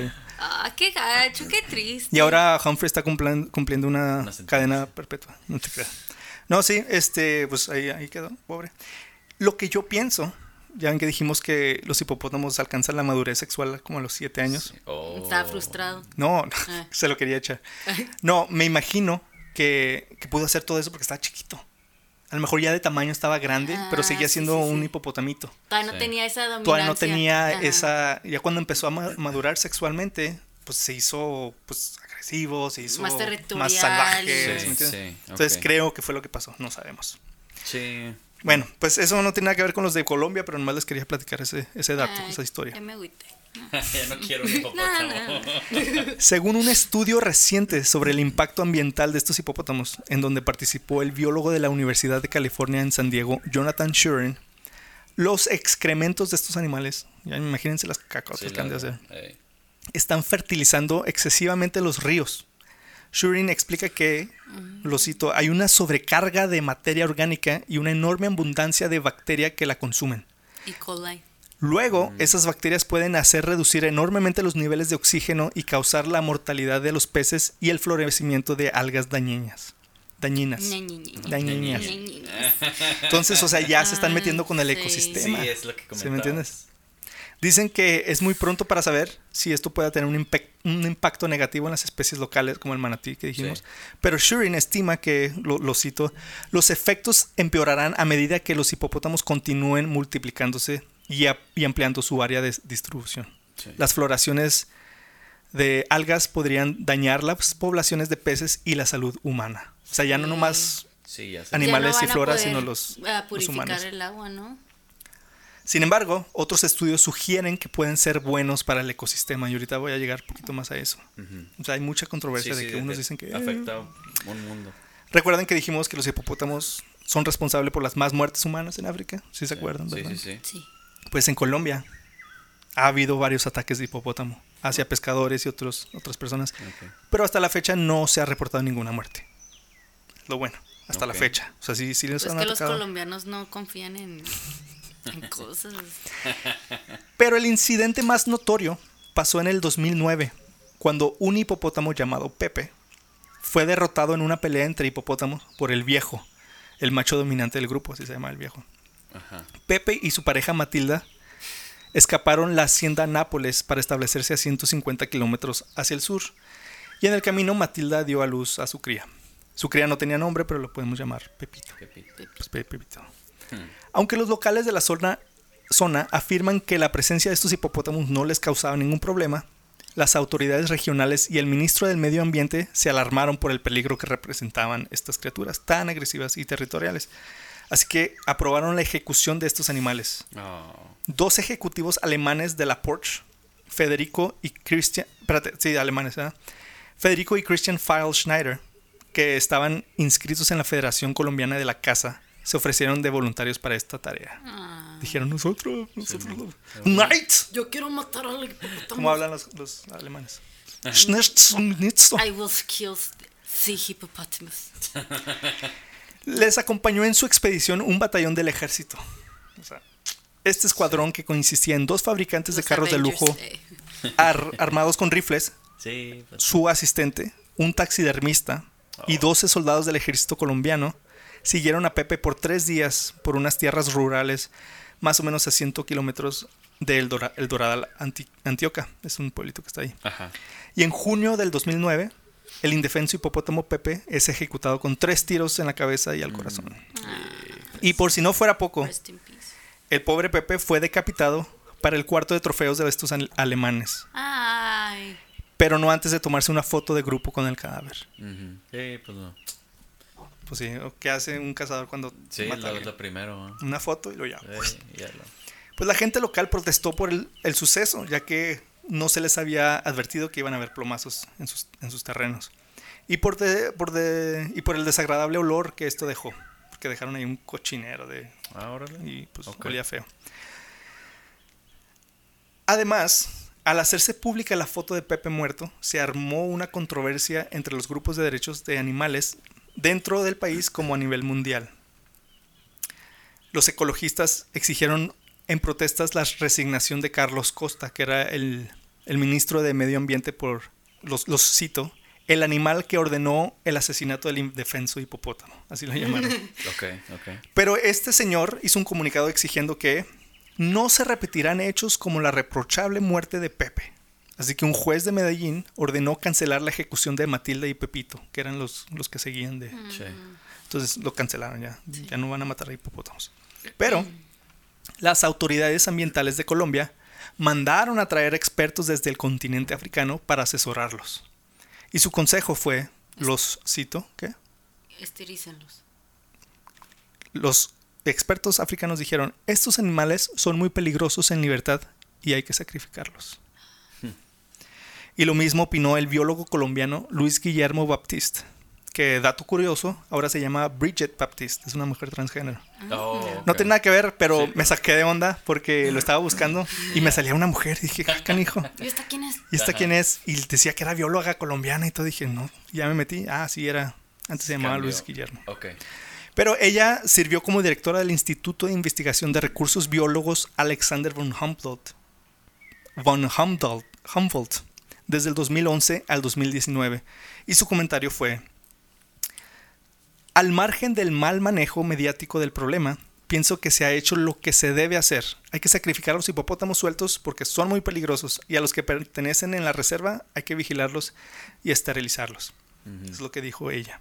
Ah, qué gacho, qué triste. Y ahora Humphrey está cumplan, cumpliendo una, una cadena perpetua. No te creas. No, sí, este, pues ahí, ahí quedó, pobre. Lo que yo pienso, ya ven que dijimos que los hipopótamos alcanzan la madurez sexual como a los siete años. Sí. Oh. Estaba frustrado. No, Ah. se lo quería echar. No, me imagino que, que pudo hacer todo eso porque estaba chiquito. A lo mejor ya de tamaño estaba grande, Ah, pero seguía sí, siendo sí, sí. un hipopotamito. Todavía no Sí. tenía esa dominancia. Todavía no tenía Ajá. esa... Ya cuando empezó a ma- madurar sexualmente, pues se hizo pues agresivo, se hizo Más territorial. más salvaje. Sí, ¿sí me entiendes? sí, Entonces ok. creo que fue lo que pasó, no sabemos. Sí. Bueno, pues eso no tiene nada que ver con los de Colombia, pero nomás les quería platicar ese, ese dato, Ay, esa historia. Ya me agüité. Ya no quiero un hipopótamo. Según un estudio reciente sobre el impacto ambiental de estos hipopótamos, en donde participó el biólogo de la Universidad de California en San Diego, Jonathan Shuren, los excrementos de estos animales, ya imagínense las cacotas Sí, que han de la- hacer, eh, están fertilizando excesivamente los ríos. Shurin explica que, lo cito, hay una sobrecarga de materia orgánica y una enorme abundancia de bacteria que la consumen. Y coli. Luego, esas bacterias pueden hacer reducir enormemente los niveles de oxígeno y causar la mortalidad de los peces y el florecimiento de algas dañinas. Dañinas. Ña, Ña, Ña, Ña. Dañinas. Ña, Ña, Ña. Entonces, o sea, ya se están metiendo con el Sí. ecosistema. Sí, es lo que ¿Sí comentabas. me entiendes? Dicen que es muy pronto para saber si esto puede tener un, impact- un impacto negativo en las especies locales, como el manatí que dijimos. Sí. Pero Shurin estima que, lo, lo cito, los efectos empeorarán a medida que los hipopótamos continúen multiplicándose y, a- y ampliando su área de distribución. Sí. Las floraciones de algas podrían dañar las poblaciones de peces y la salud humana. O sea, ya no Sí. nomás Sí, ya sé. animales Ya no y van a flora, poder, sino los, ah, los purificar humanos. el agua, ¿no? Sin embargo, otros estudios sugieren que pueden ser buenos para el ecosistema y ahorita voy a llegar un poquito más a eso. Ujú. O sea, hay mucha controversia Sí, de sí, que unos de- dicen que... eh. afecta un mundo. Recuerden que dijimos que los hipopótamos son responsables por las más muertes humanas en África, si se acuerdan, Sí, ¿verdad? sí, sí. Sí. Pues en Colombia ha habido varios ataques de hipopótamo hacia pescadores y otros, otras personas, Ok. pero hasta la fecha no se ha reportado ninguna muerte. Lo bueno, hasta la Ok. fecha. O sea, sí, sí les Pues han que los atacado. colombianos no confían en, en cosas. Pero el incidente más notorio pasó en el dos mil nueve, cuando un hipopótamo llamado Pepe fue derrotado en una pelea entre hipopótamos por el viejo, el macho dominante del grupo, así se llama el viejo. Ajá. Pepe y su pareja Matilda escaparon la hacienda Nápoles para establecerse a ciento cincuenta kilómetros hacia el sur, y en el camino Matilda dio a luz a su cría. Su cría no tenía nombre, pero lo podemos llamar Pepito. Pepito. Pues Pe- Pepito. Hmm. Aunque los locales de la zona, zona afirman que la presencia de estos hipopótamos no les causaba ningún problema, las autoridades regionales y el ministro del Medio Ambiente se alarmaron por el peligro que representaban estas criaturas tan agresivas y territoriales. Así que aprobaron la ejecución de estos animales. Oh. Dos ejecutivos alemanes de la Porsche, Federico y Christian, espérate, sí, alemanes, ¿eh? Federico y Christian Feil Schneider, que estaban inscritos en la Federación Colombiana de la Caza, se ofrecieron de voluntarios para esta tarea. Ah. Dijeron nosotros, nosotros. Night. Yo quiero matar al hipopótamo. ¿Cómo hablan los, los alemanes? I will kill the hippopotamus. Les acompañó en su expedición un batallón del ejército. O sea, este escuadrón que consistía en dos fabricantes de Los carros Avengers, de lujo eh. ar- armados con rifles, Sí, pues, su asistente, un taxidermista y doce soldados del ejército colombiano siguieron a Pepe por tres días por unas tierras rurales más o menos a cien kilómetros de El, Dora- El Doral, Anti- Antioquia. Es un pueblito que está ahí. ajá. Y en junio del dos mil nueve, el indefenso hipopótamo Pepe es ejecutado con tres tiros en la cabeza y al corazón. Y por si no fuera poco, Rest in peace. el pobre Pepe fue decapitado para el cuarto de trofeos de estos al- alemanes, Ay. pero no antes de tomarse una foto de grupo con el cadáver. Ujú. Sí, pues no. Pues sí, ¿o ¿qué hace un cazador cuando Sí, mata a lo, alguien? lo primero. ¿eh? Una foto y lo ya. Sí, ya lo. Pues la gente local protestó por el, el suceso, ya que no se les había advertido que iban a haber plomazos en sus, en sus terrenos. Y por, de- por de- y por el desagradable olor que esto dejó, porque dejaron ahí un cochinero de, Ah, órale. y pues Ok. olía feo. Además, al hacerse pública la foto de Pepe muerto, se armó una controversia entre los grupos de derechos de animales dentro del país como a nivel mundial. Los ecologistas exigieron en protestas la resignación de Carlos Costa, que era el el ministro de Medio Ambiente, por, los, los cito, el animal que ordenó el asesinato del indefenso hipopótamo. Así lo llamaron. Okay, okay. Pero este señor hizo un comunicado exigiendo que no se repetirán hechos como la reprochable muerte de Pepe. Así que un juez de Medellín ordenó cancelar la ejecución de Matilda y Pepito, que eran los, los que seguían de... Sí. Entonces lo cancelaron ya. Sí. Ya no van a matar a hipopótamos. Pero las autoridades ambientales de Colombia mandaron a traer expertos desde el continente africano para asesorarlos. Y su consejo fue, los cito, ¿qué? Esterícenlos. Los expertos africanos dijeron, estos animales son muy peligrosos en libertad y hay que sacrificarlos. Hmm. Y lo mismo opinó el biólogo colombiano Luis Guillermo Baptiste, que, dato curioso, ahora se llama Bridget Baptiste, es una mujer transgénero. Oh, okay. No tiene nada que ver, pero sí. me saqué de onda porque lo estaba buscando y me salía una mujer y dije, ah, canijo. ¿Y esta quién es? ¿Y esta quién es? Y decía que era bióloga colombiana y todo, dije, no, ya me metí, ah, sí, era, antes se llamaba Cambio. Luis Guillermo. Okay. Pero ella sirvió como directora del Instituto de Investigación de Recursos Biólogos Alexander von Humboldt, von Humboldt, Humboldt desde el dos mil once al dos mil diecinueve, y su comentario fue: al margen del mal manejo mediático del problema, pienso que se ha hecho lo que se debe hacer. Hay que sacrificar a los hipopótamos sueltos porque son muy peligrosos, y a los que pertenecen en la reserva hay que vigilarlos y esterilizarlos. Uh-huh. Es lo que dijo ella.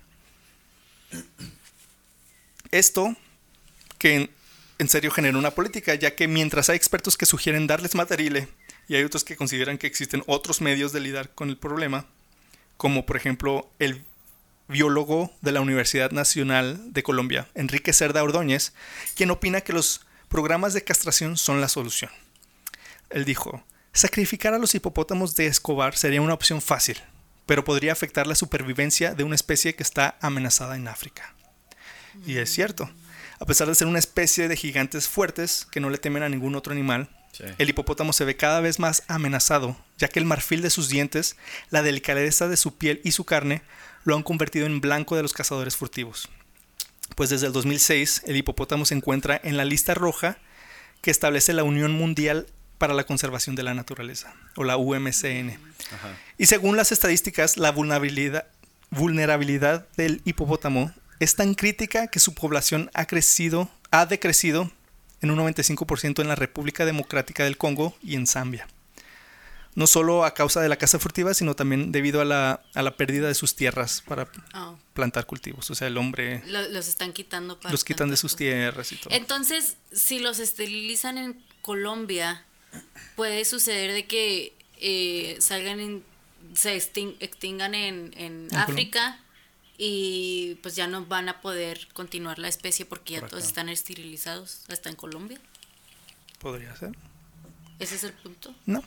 Esto que en, en serio genera una política, ya que mientras hay expertos que sugieren darles matarile y hay otros que consideran que existen otros medios de lidiar con el problema, como por ejemplo el biólogo de la Universidad Nacional de Colombia, Enrique Cerda Ordóñez, quien opina que los programas de castración son la solución. Él dijo, sacrificar a los hipopótamos de Escobar sería una opción fácil, pero podría afectar la supervivencia de una especie que está amenazada en África. Y es cierto, a pesar de ser una especie de gigantes fuertes que no le temen a ningún otro animal, sí. El hipopótamo se ve cada vez más amenazado, ya que el marfil de sus dientes, la delicadeza de su piel y su carne lo han convertido en blanco de los cazadores furtivos. Pues desde el dos mil seis, el hipopótamo se encuentra en la lista roja que establece la Unión Mundial para la Conservación de la Naturaleza, o la U M C N. Ajá. Y según las estadísticas, la vulnerabilidad, vulnerabilidad del hipopótamo es tan crítica que su población ha crecido, ha decrecido en un noventa y cinco por ciento en la República Democrática del Congo y en Zambia. No solo a causa de la caza furtiva, sino también debido a la, a la pérdida de sus tierras para oh. plantar cultivos. O sea, el hombre... Lo, los están quitando para... Los quitan de sus tierras y todo. Entonces, si los esterilizan en Colombia, puede suceder de que eh, salgan en, se exting, extingan en, en, en África Colombia. Y pues ya no van a poder continuar la especie porque ya todos están esterilizados hasta en Colombia. Podría ser. ¿Ese es el punto? No.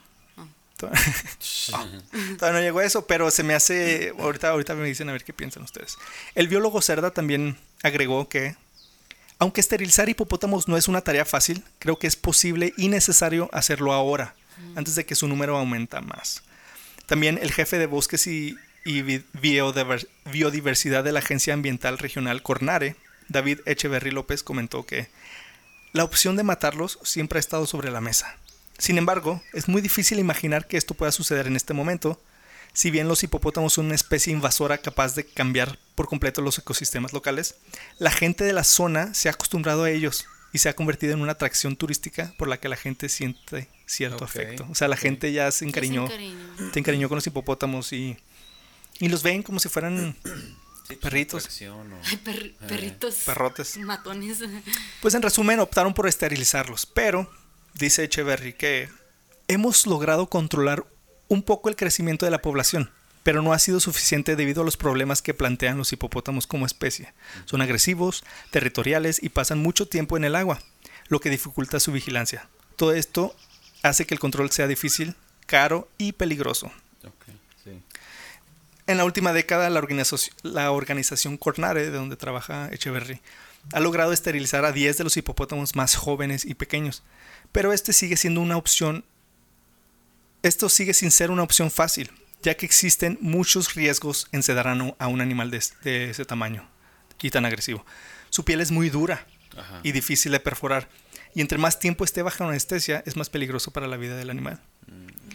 Oh, todavía no llegó a eso, pero se me hace, ahorita, ahorita me dicen a ver qué piensan ustedes. El biólogo Cerda también agregó que aunque esterilizar hipopótamos no es una tarea fácil, creo que es posible y necesario hacerlo ahora, mm. antes de que su número aumenta más. También el jefe de bosques y, y biodiversidad de la Agencia Ambiental Regional CORNARE, David Echeverry López, comentó que la opción de matarlos siempre ha estado sobre la mesa. Sin embargo, es muy difícil imaginar que esto pueda suceder en este momento, si bien los hipopótamos son una especie invasora capaz de cambiar por completo los ecosistemas locales. La gente de la zona se ha acostumbrado a ellos y se ha convertido en una atracción turística por la que la gente siente cierto okay, afecto. O sea, la okay. gente ya se encariñó, se encariñó, se encariñó con los hipopótamos y, y los ven como si fueran sí, perritos. O... Ay, per, perritos. Perrotes. Matones. Pues en resumen, optaron por esterilizarlos, pero... Dice Echeverry que hemos logrado controlar un poco el crecimiento de la población, pero no ha sido suficiente debido a los problemas que plantean los hipopótamos como especie. Son agresivos, territoriales y pasan mucho tiempo en el agua, lo que dificulta su vigilancia. Todo esto hace que el control sea difícil, caro y peligroso. Okay, sí. En la última década, la organización, la organización CORNARE, de donde trabaja Echeverry, ha logrado esterilizar a diez de los hipopótamos más jóvenes y pequeños. Pero este sigue siendo una opción, esto sigue sin ser una opción fácil, ya que existen muchos riesgos en sedar a un animal de, de ese tamaño y tan agresivo. Su piel es muy dura Ajá. y difícil de perforar, y entre más tiempo esté bajo anestesia, es más peligroso para la vida del animal. Mm.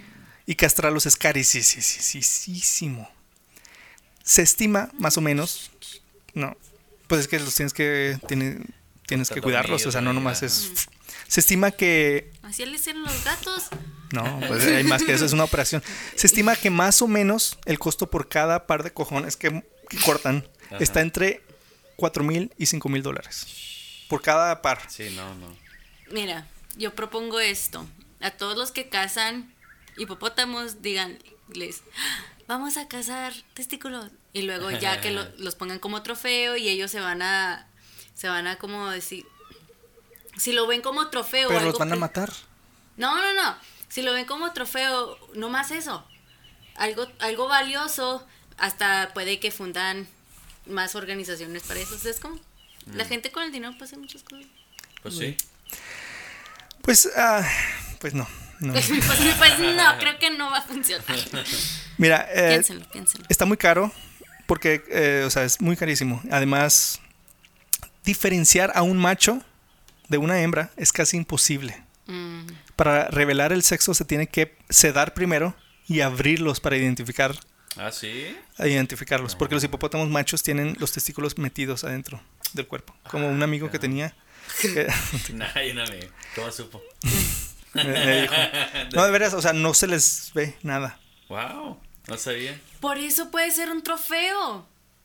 Y castrarlos es carísimo. Se estima, más o menos, no, pues es que los tienes que, tiene, tienes que cuidarlos, o sea, no nomás es... Se estima que... Así le hicieron los gatos. No, pues hay más que eso, es una operación. Se estima que más o menos el costo por cada par de cojones que, que cortan Ajá. está entre cuatro mil y cinco mil dólares. Por cada par. Sí, no, no. Mira, yo propongo esto. A todos los que cazan hipopótamos, díganles, vamos a cazar testículos. Y luego ya que lo, los pongan como trofeo y ellos se van a, se van a como decir, si lo ven como trofeo. Pero algo los van a que, matar. No, no, no. Si lo ven como trofeo, no más eso. Algo, algo valioso, hasta puede que fundan más organizaciones para eso. Es como, mm. la gente con el dinero puede hacer muchas cosas. Pues sí. Pues, uh, pues no. No. pues, pues no, creo que no va a funcionar. Mira, eh, piénsenlo, piénsenlo. Está muy caro porque, eh, o sea, es muy carísimo. Además, diferenciar a un macho de una hembra es casi imposible. Mm. Para revelar el sexo se tiene que sedar primero y abrirlos para identificar. ¿Ah, sí? Identificarlos, no. Porque los hipopótamos machos tienen los testículos metidos adentro del cuerpo. Como ah, un amigo claro. que tenía. Que... Nadie, no amigo. ¿Cómo supo? me, me dijo. No, de veras, o sea, no se les ve nada. Wow, no sabía. Por eso puede ser un trofeo.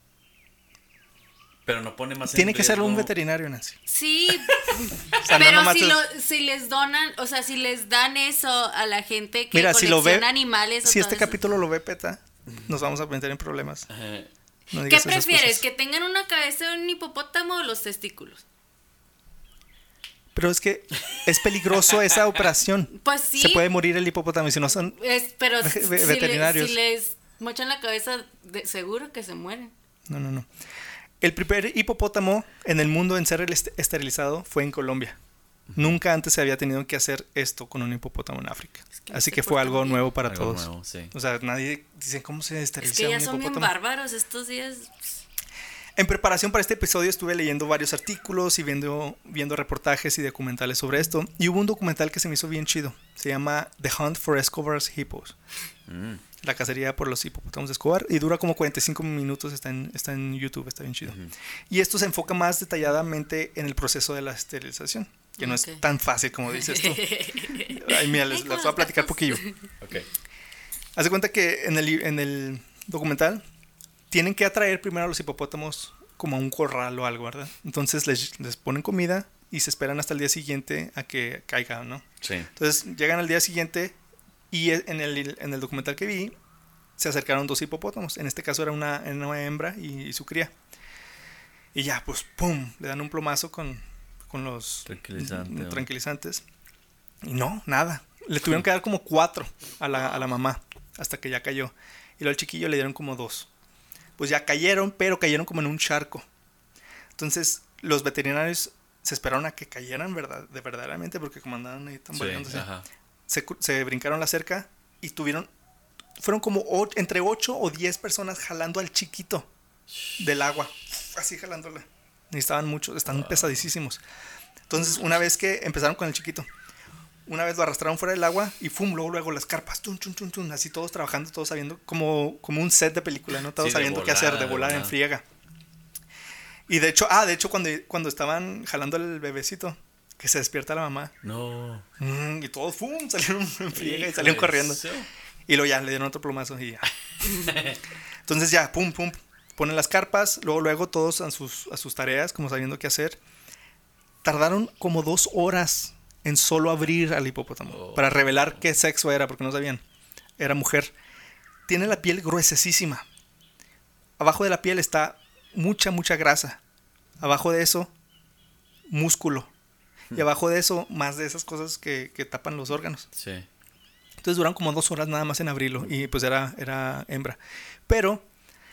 Pero no pone más. Tiene que ser un veterinario, Nancy. Sí, o sea, pero no si, es... lo, si les donan, o sea, si les dan eso a la gente que Mira, colecciona si lo ve, animales. O si este eso. capítulo lo ve PETA, nos vamos a meter en problemas. No ¿Qué prefieres? ¿Que tengan una cabeza de un hipopótamo o los testículos? Pero es que es peligroso esa operación. Pues sí. Se puede morir el hipopótamo y si no son es, pero ve- si veterinarios. Le, si les mochan la cabeza, de, seguro que se mueren. No, no, no. El primer hipopótamo en el mundo en ser esterilizado fue en Colombia. Uh-huh. Nunca antes se había tenido que hacer esto con un hipopótamo en África. Es que Así que fue algo bien. nuevo para algo todos. Nuevo, sí. O sea, nadie dice cómo se esteriliza es que ya un son hipopótamo. bien bárbaros estos días. En preparación para este episodio estuve leyendo varios artículos y viendo, viendo reportajes y documentales sobre esto. Y hubo un documental que se me hizo bien chido. Se llama The Hunt for Escobar's Hippos. Mm. La cacería por los hipopótamos de Escobar. Y dura como cuarenta y cinco minutos. Está en, está en YouTube, está bien chido. Uh-huh. Y esto se enfoca más detalladamente en el proceso de la esterilización. Que no okay. es tan fácil como dices tú. Ay, mira, les, les voy a platicar poquillo. Okay. Haz de cuenta que en el, en el documental tienen que atraer primero a los hipopótamos como a un corral o algo, ¿verdad? Entonces les, les ponen comida y se esperan hasta el día siguiente a que caigan, ¿no? Sí. Entonces llegan al día siguiente y en el, en el documental que vi se acercaron dos hipopótamos. En este caso era una, una hembra y, y su cría. Y ya, pues, ¡pum! Le dan un plomazo con, con los Tranquilizante, tranquilizantes. Y no, nada. Le tuvieron que dar como cuatro a la, a la mamá hasta que ya cayó. Y luego al chiquillo le dieron como dos. Pues ya cayeron, pero cayeron como en un charco. Entonces los veterinarios se esperaron a que cayeran verdad, de verdaderamente, porque como andaban ahí tambaleándose, sí, se, se brincaron la cerca y tuvieron, fueron como ocho, entre ocho o diez personas jalando al chiquito del agua, así jalándole. Necesitaban mucho, están wow. pesadísimos. Entonces una vez que empezaron con el chiquito, una vez lo arrastraron fuera del agua y fum, luego, luego las carpas, tun, tun, tun, tun, así todos trabajando, todos sabiendo, como, como un set de película, ¿no? Todos sí, sabiendo volar, qué hacer, de volar de en friega. Y de hecho, ah, de hecho cuando, cuando estaban jalando al bebecito, que se despierta la mamá. No. Mmm, y todos, fum, salieron en friega y salieron corriendo. Eso. Y luego ya, le dieron otro plomazo y ya. Entonces ya, pum, pum, ponen las carpas, luego, luego todos a sus, a sus tareas, como sabiendo qué hacer. Tardaron como dos horas en solo abrir al hipopótamo oh. para revelar qué sexo era, porque no sabían. Era mujer. Tiene la piel gruesísima. Abajo de la piel está mucha, mucha grasa. Abajo de eso, músculo. Y abajo de eso, más de esas cosas que, que tapan los órganos. Sí. Entonces duraron como dos horas nada más en abrirlo. Y pues era, era hembra. Pero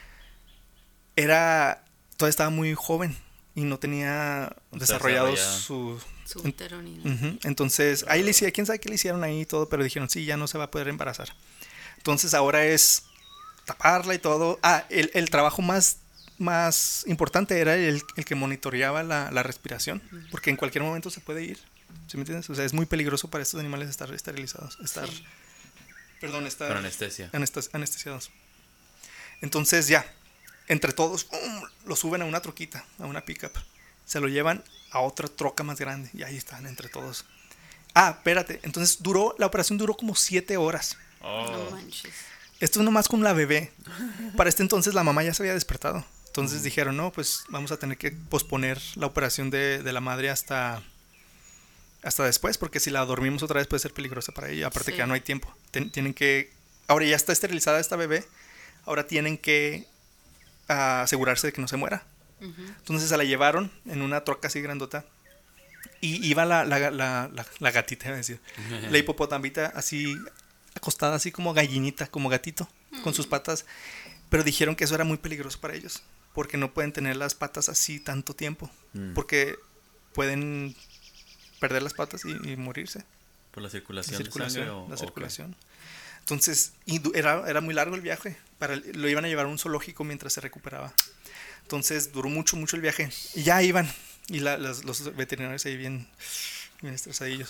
era, todavía estaba muy joven y no tenía desarrollado su... Su útero ni nada. Uh-huh. Entonces, ahí le hicieron, quién sabe qué le hicieron ahí y todo, pero dijeron, sí, ya no se va a poder embarazar. Entonces ahora es taparla y todo. Ah, el, el trabajo más, más importante era el, el que monitoreaba la, la respiración, uh-huh. porque en cualquier momento se puede ir. ¿Sí me entiendes? O sea, es muy peligroso para estos animales estar esterilizados, estar... Sí. Perdón, está... Con anestesia. Anestes- anestesiados. Entonces ya, entre todos, ¡pum!, lo suben a una troquita, a una pickup. Se lo llevan a otra troca más grande y ahí están entre todos. Ah, espérate, entonces duró, la operación duró como siete horas. Oh. No manches. Esto es nomás con la bebé. Para este entonces la mamá ya se había despertado. Entonces dijeron, no, pues vamos a tener que posponer la operación de, de la madre hasta, hasta después, porque si la dormimos otra vez puede ser peligrosa para ella. Aparte Sí. que ya no hay tiempo. Ten- tienen que... Ahora ya está esterilizada esta bebé. Ahora tienen que ah, asegurarse de que no se muera. Ujú. Entonces se la llevaron en una troca así grandota. Y iba la, la, la, la, la gatita, iba a decir. La hipopotamita así acostada, así como gallinita, como gatito, con sus patas. Pero dijeron que eso era muy peligroso para ellos, porque no pueden tener las patas así tanto tiempo. Mm. Porque pueden perder las patas y, y morirse. Por la circulación, La circulación, de sangre o la o circulación. Entonces, y du- era, era muy largo el viaje. Para, lo iban a llevar a un zoológico mientras se recuperaba. Entonces duró mucho, mucho el viaje. Y ya iban. Y la, los, los veterinarios ahí bien, bien estresadillos.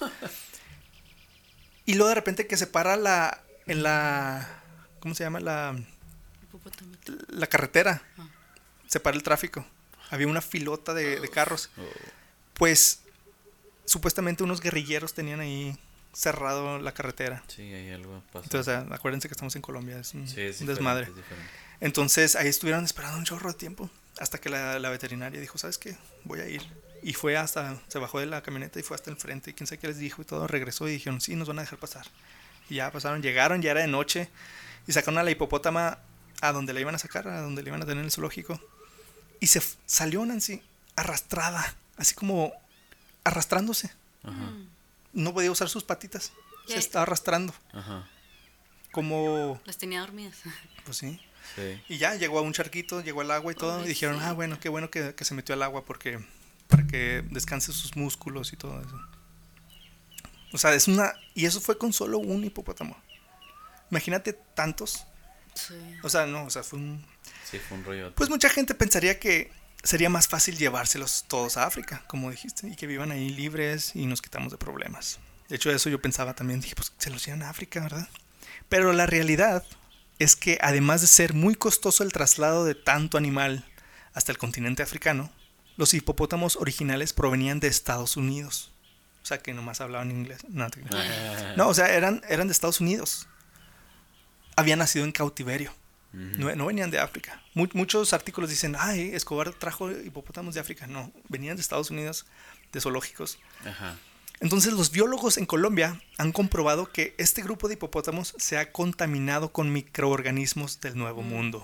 Y luego de repente que se para la, en la, ¿cómo se llama? La, Hipopotamito. la carretera. Ah. Se para el tráfico. Había una filota de, de carros. qué? Oh. Pues supuestamente unos guerrilleros tenían ahí cerrado la carretera. Sí, hay algo pasa. Entonces, ah, acuérdense que estamos en Colombia, es un, Sí, es un diferente, desmadre. es diferente. Entonces ahí estuvieron esperando un chorro de tiempo hasta que la, la veterinaria dijo, ¿sabes qué? Voy a ir. Y fue hasta, se bajó de la camioneta y fue hasta el frente y quién sabe qué les dijo y todo, regresó y dijeron, sí, nos van a dejar pasar. Y ya pasaron, llegaron, ya era de noche y sacaron a la hipopótama a donde la iban a sacar, a donde la iban a tener en el zoológico. Y se f- salió Nancy arrastrada, así como arrastrándose. Ajá, No podía usar sus patitas, se Ya. estaba arrastrando. ajá. Como, Las tenía dormidas. pues sí. Sí. Y ya llegó a un charquito, llegó al agua y todo. Y dijeron, ah, Pobrecita. bueno, qué bueno que, que se metió al agua porque para que descanse sus músculos y todo eso. O sea, es una... Y eso fue con solo un hipopótamo. Imagínate tantos. Sí. O sea, no, o sea, fue un... Sí, fue un rollo. Pues mucha gente pensaría que sería más fácil llevárselos todos a África, como dijiste, y que vivan ahí libres y nos quitamos de problemas. De hecho, eso yo pensaba también. Dije, pues se los llevan a África, ¿verdad? Pero la realidad es que además de ser muy costoso el traslado de tanto animal hasta el continente africano, los hipopótamos originales provenían de Estados Unidos. O sea, que nomás hablaban inglés. No, te- no, o sea, eran, eran de Estados Unidos. Habían nacido en cautiverio. No, no venían de África. Mu- muchos artículos dicen, ay, Escobar trajo hipopótamos de África. No, venían de Estados Unidos, de zoológicos. Ajá. Entonces los biólogos en Colombia han comprobado que este grupo de hipopótamos se ha contaminado con microorganismos del Nuevo Mundo,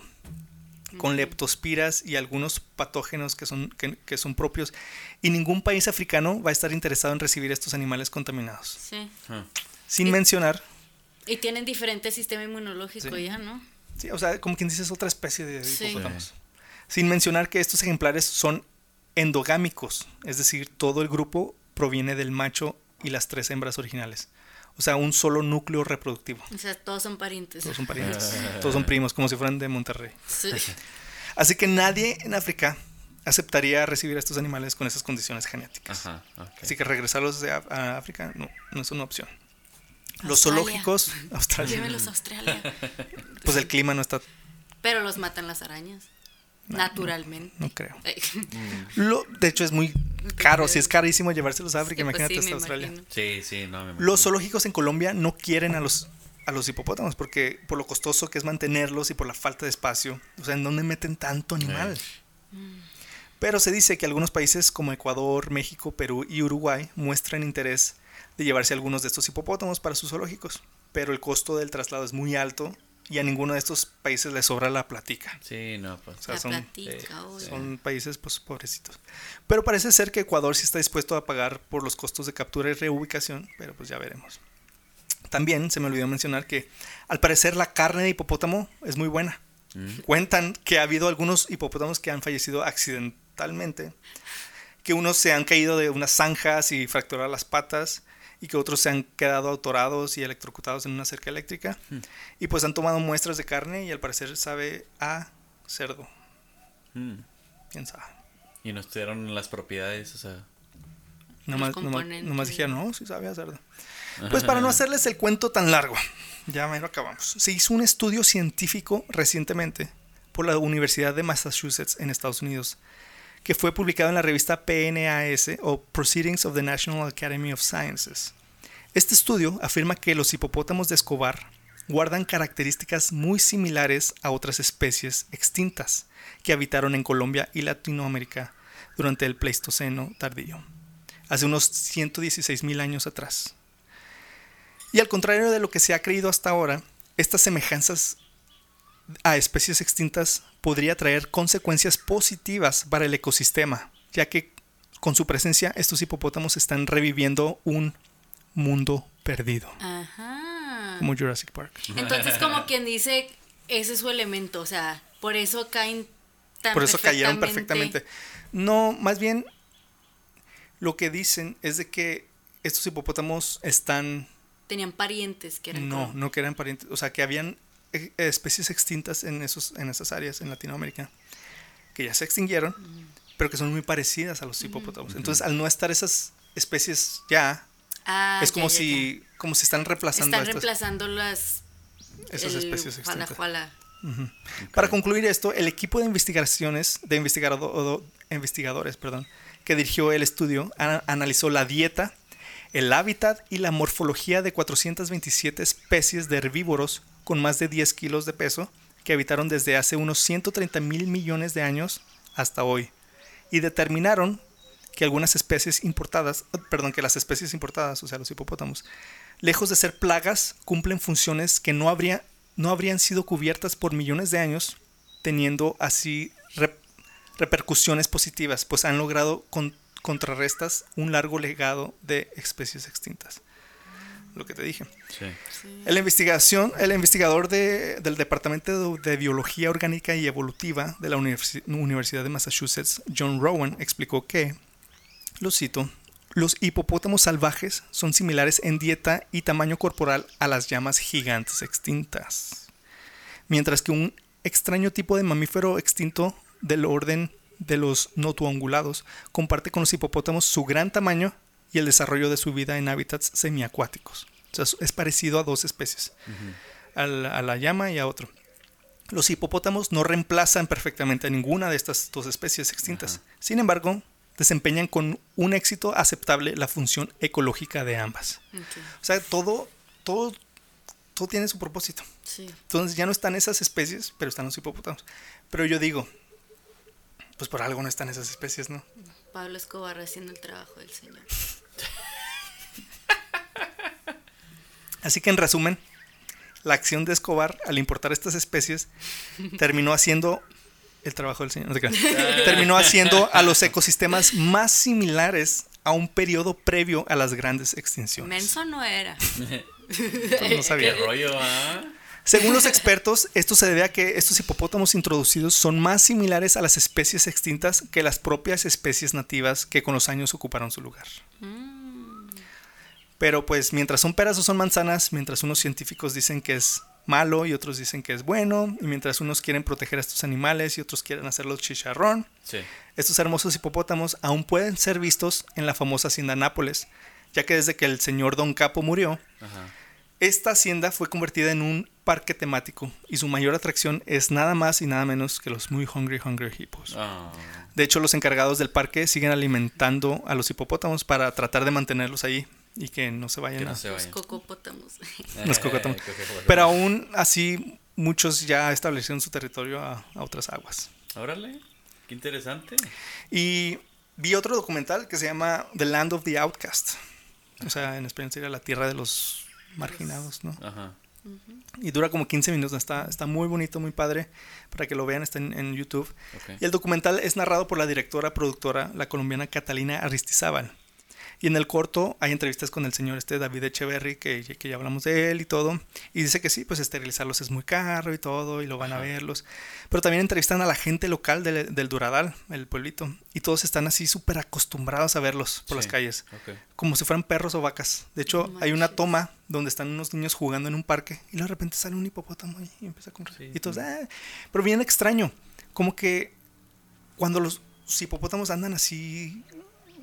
con leptospiras y algunos patógenos que son, que, que son propios, y ningún país africano va a estar interesado en recibir estos animales contaminados. Sí. Ah. Sin Y- mencionar, Y tienen diferente sistema inmunológico Sí. ya, ¿no? sí, o sea, como quien dice, es otra especie de Sí. hipopótamos. Sin mencionar que estos ejemplares son endogámicos, es decir, todo el grupo proviene del macho y las tres hembras originales. O sea, un solo núcleo reproductivo. O sea, todos son parientes. Todos son parientes, todos son primos, como si fueran de Monterrey. Sí. Así que nadie en África aceptaría recibir a estos animales con esas condiciones genéticas. Ajá. Ok. Así que regresarlos de Af- a África no, no es una opción. Los Australia. zoológicos, Australia, Llévenlos a Australia. pues el clima no está, Pero los matan las arañas. Naturalmente. no creo. Ay, Lo, de hecho es muy caro, si es carísimo llevárselos a África, sí, pues imagínate sí, hasta me Australia. imagino. Sí, sí, no me imagino. Los zoológicos en Colombia no quieren a los a los hipopótamos porque por lo costoso que es mantenerlos y por la falta de espacio, o sea, ¿en dónde meten tanto animal? Eh. Pero se dice que algunos países como Ecuador, México, Perú y Uruguay muestran interés de llevarse algunos de estos hipopótamos para sus zoológicos, pero el costo del traslado es muy alto y a ninguno de estos países les sobra la platica. Sí, no, pues. O sea, La son, platica, eh, oye. son países pues pobrecitos. Pero parece ser que Ecuador sí está dispuesto a pagar por los costos de captura y reubicación, pero pues ya veremos. También se me olvidó mencionar que al parecer la carne de hipopótamo es muy buena. Mm. Cuentan que ha habido algunos hipopótamos que han fallecido accidentalmente, que unos se han caído de unas zanjas y fracturado las patas, y que otros se han quedado atorados y electrocutados en una cerca eléctrica. Hmm. Y pues han tomado muestras de carne y al parecer sabe a cerdo. Mm. ¿Quién sabe? Y no estudiaron las propiedades, o sea. Nomás, nomás, nomás dijeron, no, sí sabía cerdo. Pues para no hacerles el cuento tan largo, ya me lo acabamos. Se hizo un estudio científico recientemente por la Universidad de Massachusetts en Estados Unidos, que fue publicado en la revista P N A S o Proceedings of the National Academy of Sciences. Este estudio afirma que los hipopótamos de Escobar guardan características muy similares a otras especies extintas que habitaron en Colombia y Latinoamérica durante el Pleistoceno tardío, hace unos ciento dieciséis mil años atrás. Y al contrario de lo que se ha creído hasta ahora, estas semejanzas a especies extintas podría traer consecuencias positivas para el ecosistema, ya que con su presencia estos hipopótamos están reviviendo un mundo perdido. Ajá. Como Jurassic Park. Entonces, como quien dice, ese es su elemento, o sea, por eso caen tan Por eso cayeron perfectamente. perfectamente. No, más bien lo que dicen es de que estos hipopótamos están... Tenían parientes que eran... No, como... no que eran parientes, o sea, que habían especies extintas en esos en esas áreas en Latinoamérica que ya se extinguieron, mm. pero que son muy parecidas a los hipopótamos. Mm. Entonces, al no estar esas especies ya, ah, es como ya, si ya, ya. como si están reemplazando están estas, reemplazando las esas el, especies extintas. Juala, juala. Uh-huh. Okay. Para concluir esto, el equipo de investigaciones de investigado, investigadores, perdón, que dirigió el estudio a, analizó la dieta, el hábitat y la morfología de cuatrocientas veintisiete especies de herbívoros con más de diez kilos de peso que habitaron desde hace unos ciento treinta mil millones de años hasta hoy, y determinaron que algunas especies importadas, perdón, que las especies importadas, o sea, los hipopótamos, lejos de ser plagas, cumplen funciones que no, habría, no habrían sido cubiertas por millones de años, teniendo así rep- repercusiones positivas, pues han logrado con, contrarrestas un largo legado de especies extintas. Lo que te dije. Sí. Sí. La investigación, el investigador de, del Departamento de, de Biología Orgánica y Evolutiva de la Universi- Universidad de Massachusetts, John Rowan, explicó que, lo cito, los hipopótamos salvajes son similares en dieta y tamaño corporal a las llamas gigantes extintas, mientras que un extraño tipo de mamífero extinto del orden de los notoungulados comparte con los hipopótamos su gran tamaño y el desarrollo de su vida en hábitats semiacuáticos. O sea, es parecido a dos especies, uh-huh. a, la, a la llama y a otro. Los hipopótamos no reemplazan perfectamente a ninguna de estas dos especies extintas. Uh-huh. Sin embargo, desempeñan con un éxito aceptable la función ecológica de ambas. Okay. O sea, todo, todo, todo tiene su propósito. Sí. Entonces ya no están esas especies, pero están los hipopótamos. Pero yo digo, pues por algo no están esas especies, ¿no? Pablo Escobar haciendo el trabajo del Señor. Así que en resumen, la acción de Escobar al importar estas especies terminó haciendo el trabajo del Señor. No terminó haciendo a los ecosistemas más similares a un periodo previo a las grandes extinciones. Menso no era. Pues no sabía. ¿Qué rollo, ah? Según los expertos, esto se debe a que estos hipopótamos introducidos son más similares a las especies extintas que las propias especies nativas que con los años ocuparon su lugar. Mm. Pero pues mientras son peras o son manzanas, mientras unos científicos dicen que es malo y otros dicen que es bueno, y mientras unos quieren proteger a estos animales y otros quieren hacerlos chicharrón, sí. Estos hermosos hipopótamos aún pueden ser vistos en la famosa hacienda Nápoles, ya que desde que el señor Don Capo murió, ajá, esta hacienda fue convertida en un parque temático y su mayor atracción es nada más y nada menos que los muy hungry hungry hippos. Oh. De hecho, los encargados del parque siguen alimentando a los hipopótamos para tratar de mantenerlos ahí y que no se vayan. Que no a... se vayan. Los cocopótamos. Los cocopótamos. Pero aún así, muchos ya establecieron su territorio a, a otras aguas. Órale, qué interesante. Y vi otro documental que se llama The Land of the Outcast. O sea, en español sería la tierra de los marginados, ¿no? Ajá. Uh-huh. Y dura como quince minutos, está, está muy bonito, muy padre, para que lo vean, está en, en YouTube. Okay. Y el documental es narrado por la directora, productora, la colombiana Catalina Aristizábal. Y en el corto hay entrevistas con el señor este David Echeverry, que, que ya hablamos de él y todo. Y dice que sí, pues esterilizarlos es muy caro y todo, y lo van Ajá. a verlos. Pero también entrevistan a la gente local de, del Duradal, el pueblito. Y todos están así súper acostumbrados a verlos por sí. las calles. Okay. Como si fueran perros o vacas. De hecho, no hay una toma donde están unos niños jugando en un parque. Y de repente sale un hipopótamo y empieza a correr. Sí. Y todos, ah. Pero bien extraño. Como que cuando los hipopótamos andan así...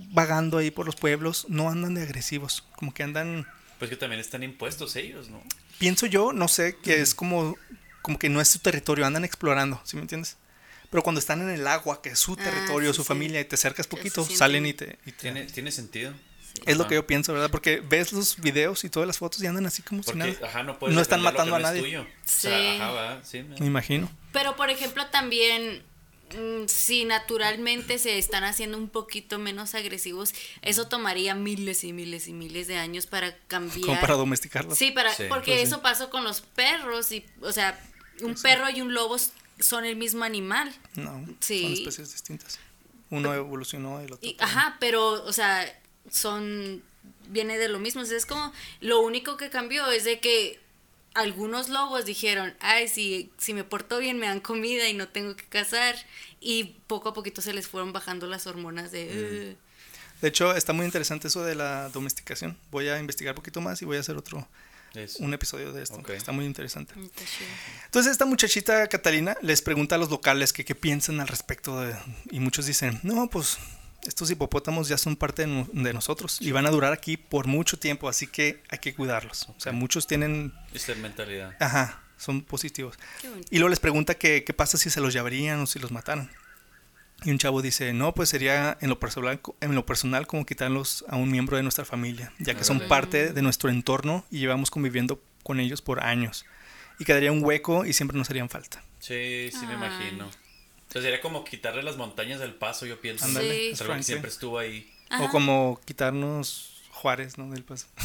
vagando ahí por los pueblos, no andan de agresivos, como que andan... Pues que también están impuestos ellos, ¿no? Pienso yo, no sé, que es como, como que no es su territorio, andan explorando, ¿sí me entiendes? Pero cuando están en el agua, que es su Ah, territorio, sí, su sí. familia, y te acercas poquito, Eso sí salen y entiendo. te... y te- Tiene, tiene sentido. Es lo Ajá. que yo pienso, ¿verdad? Porque ves los videos y todas las fotos y andan así como si Porque, nada. ajá, no puedes No están defender lo matando que a no es nadie. tuyo. O Sí. sea, ajá, va, sí. Me imagino. Pero, por ejemplo, también, mm, si naturalmente se están haciendo un poquito menos agresivos, eso tomaría miles y miles y miles de años para cambiar. Como para domesticarlos. Sí, para, Sí. porque Pues sí. eso pasó con los perros, y, o sea, un perro y un lobo s- son el mismo animal. No, Sí. son especies distintas. Uno evolucionó y el otro. Y, también. ajá, pero, o sea, son, viene de lo mismo. O sea, es como, lo único que cambió es de que algunos lobos dijeron, ay, si, si me porto bien me dan comida y no tengo que cazar. Y poco a poquito se les fueron bajando las hormonas de... "Ugh". De hecho, está muy interesante eso de la domesticación. Voy a investigar un poquito más y voy a hacer otro, Es- un episodio de esto. Ok. Está muy interesante. Está chido. Entonces esta muchachita Catalina les pregunta a los locales que qué piensan al respecto de, y muchos dicen, no, pues estos hipopótamos ya son parte de, no- de nosotros y van a durar aquí por mucho tiempo, así que hay que cuidarlos. O sea, muchos tienen, Esa es mentalidad. ajá, son positivos. Qué bonito. Y luego les pregunta que qué pasa si se los llevarían o si los mataran. Y un chavo dice, no, pues sería en lo personal, en lo personal como quitarlos a un miembro de nuestra familia, ya que son Órale. parte de nuestro entorno y llevamos conviviendo con ellos por años. Y quedaría un hueco y siempre nos harían falta. Sí, sí me Ay. imagino. O sea, sería como quitarle las montañas del paso, yo pienso. Ándale, Sí. Es algo que Frank, siempre sí. estuvo ahí. Ajá. O como quitarnos Juárez, ¿no? Del paso.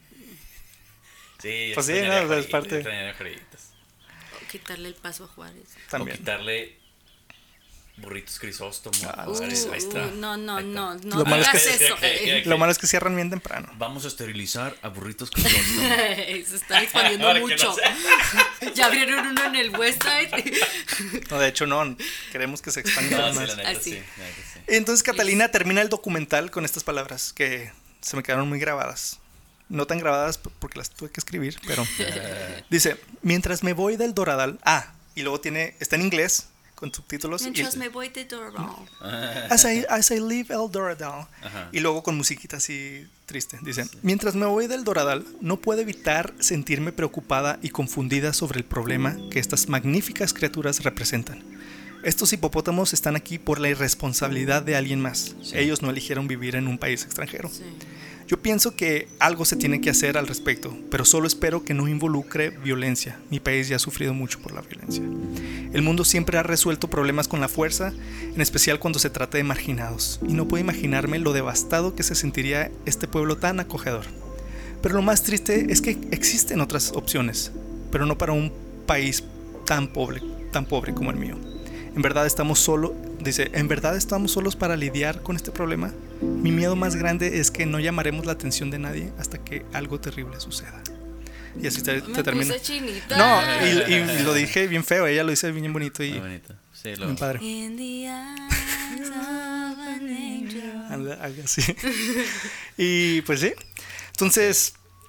Sí, Pues sí, extrañaría no, o sea, es Juaritas, parte- extrañaría Juaritas. O quitarle el paso a Juárez. También. O quitarle burritos crisóstomos. Ah, Uh, Juárez, ahí está. uh, no, no, ahí está. no, no Lo malo es digas que- eso. Ok, ok, ok. Lo malo es que cierran bien temprano. Vamos a esterilizar a burritos crisóstomos. Se está expandiendo Para que mucho. no sea- Ya abrieron uno en el Westside. No, de hecho no, queremos que se expanda No, sí, más. la neta, Así. sí, la neta, sí. Entonces Catalina termina el documental con estas palabras que se me quedaron muy grabadas. No tan grabadas p- porque las tuve que escribir, pero dice, mientras me voy del Doradal, ah, y luego tiene, está en inglés con subtítulos. y- Mientras me voy de Doral. As I, as I leave El Doradal. Ajá. Y luego con musiquita así triste. Dice, mientras me voy del Doradal, no puedo evitar sentirme preocupada y confundida sobre el problema que estas magníficas criaturas representan. Estos hipopótamos están aquí por la irresponsabilidad de alguien más. Sí. Ellos no eligieron vivir en un país extranjero. Sí. Yo pienso que algo se tiene que hacer al respecto, pero solo espero que no involucre violencia. Mi país ya ha sufrido mucho por la violencia. El mundo siempre ha resuelto problemas con la fuerza, en especial cuando se trata de marginados, y no puedo imaginarme lo devastado que se sentiría este pueblo tan acogedor. Pero lo más triste es que existen otras opciones, pero no para un país tan pobre, tan pobre como el mío. En verdad estamos solos, dice, ¿en verdad estamos solos para lidiar con este problema? Mi miedo más grande es que no llamaremos la atención de nadie hasta que algo terrible suceda. Y así te, te Me termina. puse chinita. No, y, y lo dije bien feo, ella lo dice bien bonito y Muy bonito. Sí, lo... bien padre. In the eyes of an angel. Anda, algo así. Y pues sí. Entonces,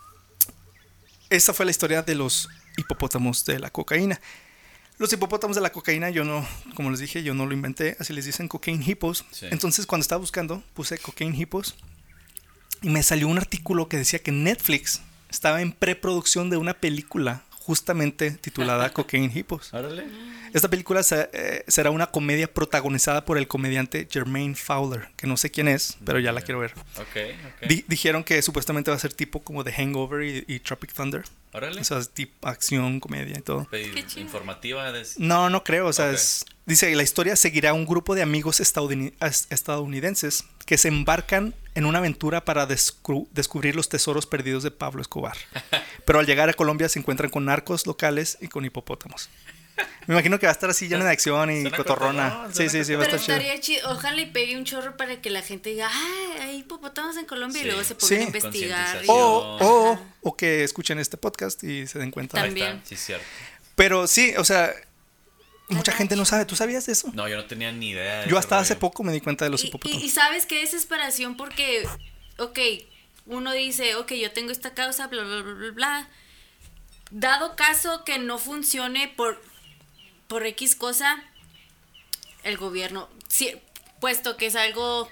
esa fue la historia de los hipopótamos de la cocaína. Los hipopótamos de la cocaína, yo no, como les dije, yo no lo inventé, así les dicen cocaine hippos. Sí. Entonces, cuando estaba buscando, puse cocaine hippos y me salió un artículo que decía que Netflix estaba en preproducción de una película justamente titulada Cocaine Hippos. Órale. Esta película se- eh, será una comedia protagonizada por el comediante Jermaine Fowler, que no sé quién es, pero ya la quiero ver. Ok, ok. Di- dijeron que supuestamente va a ser tipo como The Hangover y, y Tropic Thunder. Órale. O sea, es tipo acción, comedia y todo. Pe- Qué chido. Informativa. de- No, no creo. O sea, Ok. es- dice que la historia seguirá a un grupo de amigos estadouni- as- estadounidenses que se embarcan en una aventura para descru- descubrir los tesoros perdidos de Pablo Escobar. Pero al llegar a Colombia se encuentran con narcos locales y con hipopótamos. Me imagino que va a estar así lleno de acción y Suena cotorrona. cotorrón, Sí, suena sí, sí, va a Pero estar chido. estaría chido. Ojalá y pegue un chorro para que la gente diga, ay, hay hipopótamos en Colombia. Sí. Y luego se pongan Sí. a investigar. Concientización. O, o, Ajá. o que escuchen este podcast y se den cuenta. Ahí También. está, sí, cierto. Pero sí, o sea, mucha gente no sabe. ¿Tú sabías de eso? No, yo no tenía ni idea. de Yo ese hasta hace rollo. poco me di cuenta de los Y, hipopótamos. y- y sabes qué desesperación porque, ok, uno dice, ok, yo tengo esta causa, bla, bla, bla, bla, bla. Dado caso que no funcione por, por X cosa, el gobierno, si- puesto que es algo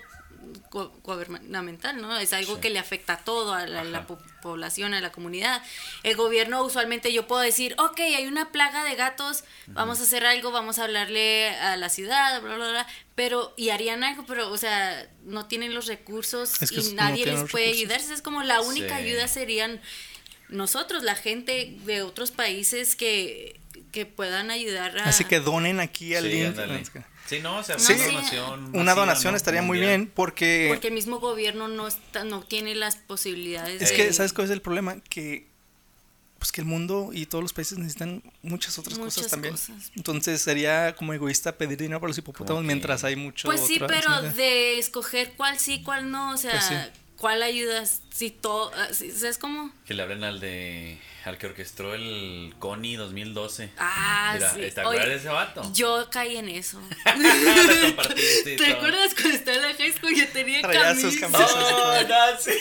go- gubernamental, ¿no? Es algo sí. que le afecta a todo, a la, la po- población, a la comunidad. El gobierno usualmente yo puedo decir, ok, hay una plaga de gatos, uh-huh. vamos a hacer algo, vamos a hablarle a la ciudad, bla, bla, bla, pero, y harían algo, pero, o sea, no tienen los recursos es que y nadie no les puede ayudar. Es como la única sí. ayuda serían nosotros, la gente de otros países que, que puedan ayudar a... Así que donen aquí al sí, link. Sí, no, o sea, sí, una donación, una masiva, donación ¿no? estaría mundial. Muy bien porque... Porque el mismo gobierno no está, no tiene las posibilidades Es de... que, ¿sabes cuál es el problema? Que, pues que el mundo y todos los países necesitan muchas otras muchas cosas también. Cosas. Entonces sería como egoísta pedir dinero para los hipopótamos okay. mientras hay mucho... Pues sí, otra, pero ¿sí? de escoger cuál sí, cuál no, o sea... Pues sí. ¿Cuál ayudas? Si todo, ¿sabes cómo? Que le hablen al de al que orquestó el Connie dos mil doce. Ah, Mira, sí. ¿te acuerdas de ese vato? Yo caí en eso. Lo compartiste. ¿Te acuerdas cuando estaba en la high school? Yo tenía camisa. Oh, no, sí.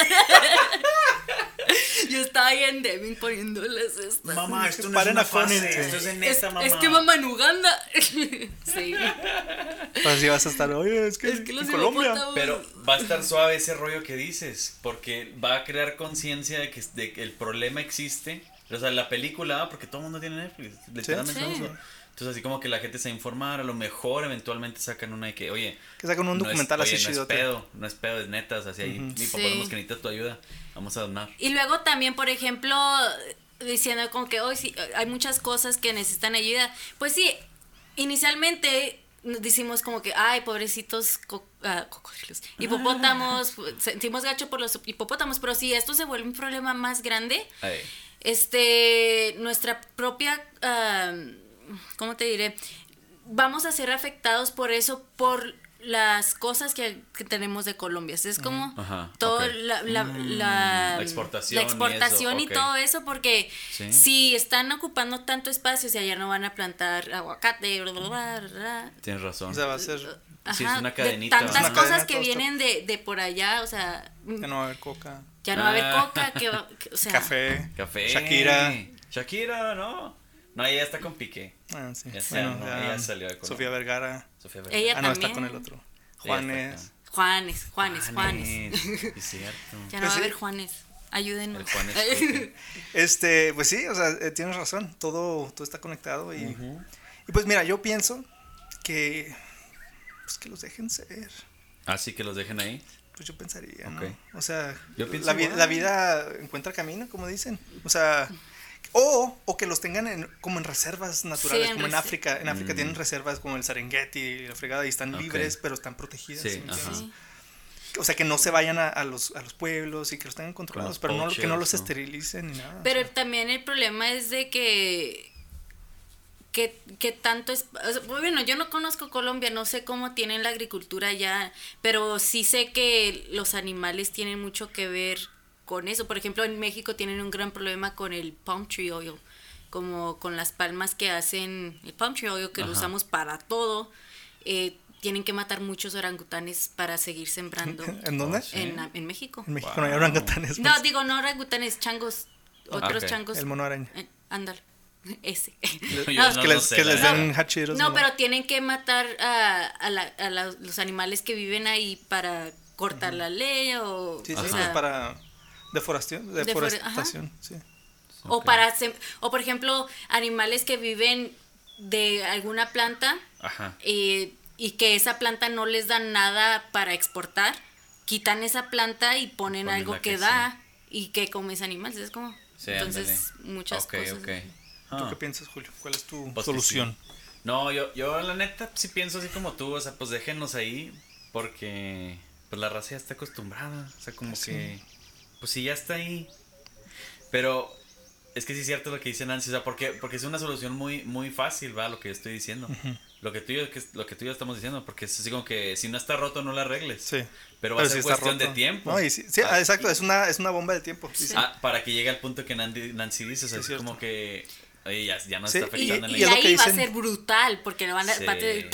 Yo estaba ahí en Devin poniéndoles esto. Mamá, esto no es una fase, esto es de neta, es, mamá. Es que mamá en Uganda. Sí. Pues sí vas a estar, oye, es que, es que en Colombia. Pero va a estar suave ese rollo que dices, porque va a crear conciencia de que, de que el problema existe. O sea, la película, porque todo el mundo tiene Netflix, literalmente. Sí. Sí. Entonces, así como que la gente se va a informar, a lo mejor eventualmente sacan una de que, oye, que sacan un documental no así chido. No chidote. es pedo, no es pedo, es neta, o sea, si hay uh-huh. sí. podemos que necesitas tu ayuda, vamos a donar. Y luego también, por ejemplo, diciendo como que hoy sí, hay muchas cosas que necesitan ayuda. Pues sí, inicialmente decimos como que, ay, pobrecitos co- uh, cocodrilos, hipopótamos, ah. sentimos gacho por los hipopótamos, pero si esto se vuelve un problema más grande, ay. este, nuestra propia... Uh, ¿cómo te diré? Vamos a ser afectados por eso, por las cosas que, que tenemos de Colombia. Es como Ajá, toda okay. la, la, mm, la, la exportación, la exportación y, y, okay. todo eso, porque ¿sí? si están ocupando tanto espacio, o sea, ya no van a plantar aguacate, bla, bla, bla, bla. Tienes razón. O sea, va a ser... Ajá, sí, es una cadenita. De tantas una cosas cadena que vienen de, de por allá, o sea... Ya no va a haber coca. Ya no va a haber coca, que, que o sea... Café. Café. Shakira. Shakira, ¿no? No, ella está con Piqué. Ah, sí. Ya bueno, no, ya ella salió de Colombia. Sofía Vergara. Sofía Vergara. Ella ah, no, también. está con el otro. Juanes. Juanes, Juanes, Juanes. Juanes. Es cierto. Ya no pues va sí. a haber Juanes. Ayúdenos. El Juanes. este, pues sí, o sea, eh, tienes razón. Todo, todo está conectado. Y, uh-huh. y pues mira, yo pienso que. Pues que los dejen ser. Ah, sí, que los dejen ahí. Pues yo pensaría, okay. ¿no? O sea, yo pienso la, vi- la vida encuentra camino, como dicen. O sea. O, o que los tengan en, como en reservas naturales, sí, como en África. En África mm. tienen reservas como el Serengeti y la fregada y están okay. libres, pero están protegidas. Sí, ajá. Sí. O sea, que no se vayan a, a, los, a los pueblos y que los tengan controlados, pero no, que no los esterilicen ni nada. Pero o sea. también el problema es de que... Que, que tanto es... O sea, bueno, yo no conozco Colombia, no sé cómo tienen la agricultura allá, pero sí sé que los animales tienen mucho que ver con eso. Por ejemplo, en México tienen un gran problema con el palm tree oil, como con las palmas que hacen el palm tree oil, que Ajá. lo usamos para todo. Eh, tienen que matar muchos orangutanes para seguir sembrando. ¿En dónde? Oh, en, ¿Sí? en México. En México wow. no hay orangutanes. No, digo, no orangutanes, changos, otros okay. changos. El mono araña. Eh, ándale. Ese. No, no, que les, que les den no, hachiros. No, no, pero tienen que matar a, a, la, a la, los animales que viven ahí para cortar uh-huh. la ley o... Sí, sí, o sea, para deforestación. deforestación Defor- sí. O okay. para... O por ejemplo, animales que viven de alguna planta Ajá. Eh, y que esa planta no les da nada para exportar, quitan esa planta y ponen, ponen algo que, que da sí. y que come ese animal, ¿sabes cómo? Sí, entonces, ándale. muchas okay, cosas. Okay. ¿Tú qué piensas, Julio? ¿Cuál es tu pues solución? Sí. No, yo, yo la neta sí pienso así como tú, o sea, pues déjenos ahí, porque pues la raza ya está acostumbrada, o sea, como ¿sí? que, pues sí, ya está ahí. Pero es que sí es cierto lo que dice Nancy, o sea, porque, porque es una solución muy, muy fácil, va, lo que yo estoy diciendo. Uh-huh. Lo que tú y yo, que, lo que tú y yo estamos diciendo, porque es así como que si no está roto, no la arregles. Sí. Pero va Pero a ser si cuestión de tiempo. No, y sí, sí ah, exacto, y, es una, es una bomba de tiempo. Sí. Sí. Ah, para que llegue al punto que Nancy, Nancy dice, o sea, sí, es como que... Oye, ya, ya nos sí, está afectando y, en la y ahí va a ser brutal porque le van a, sí. va a tener, o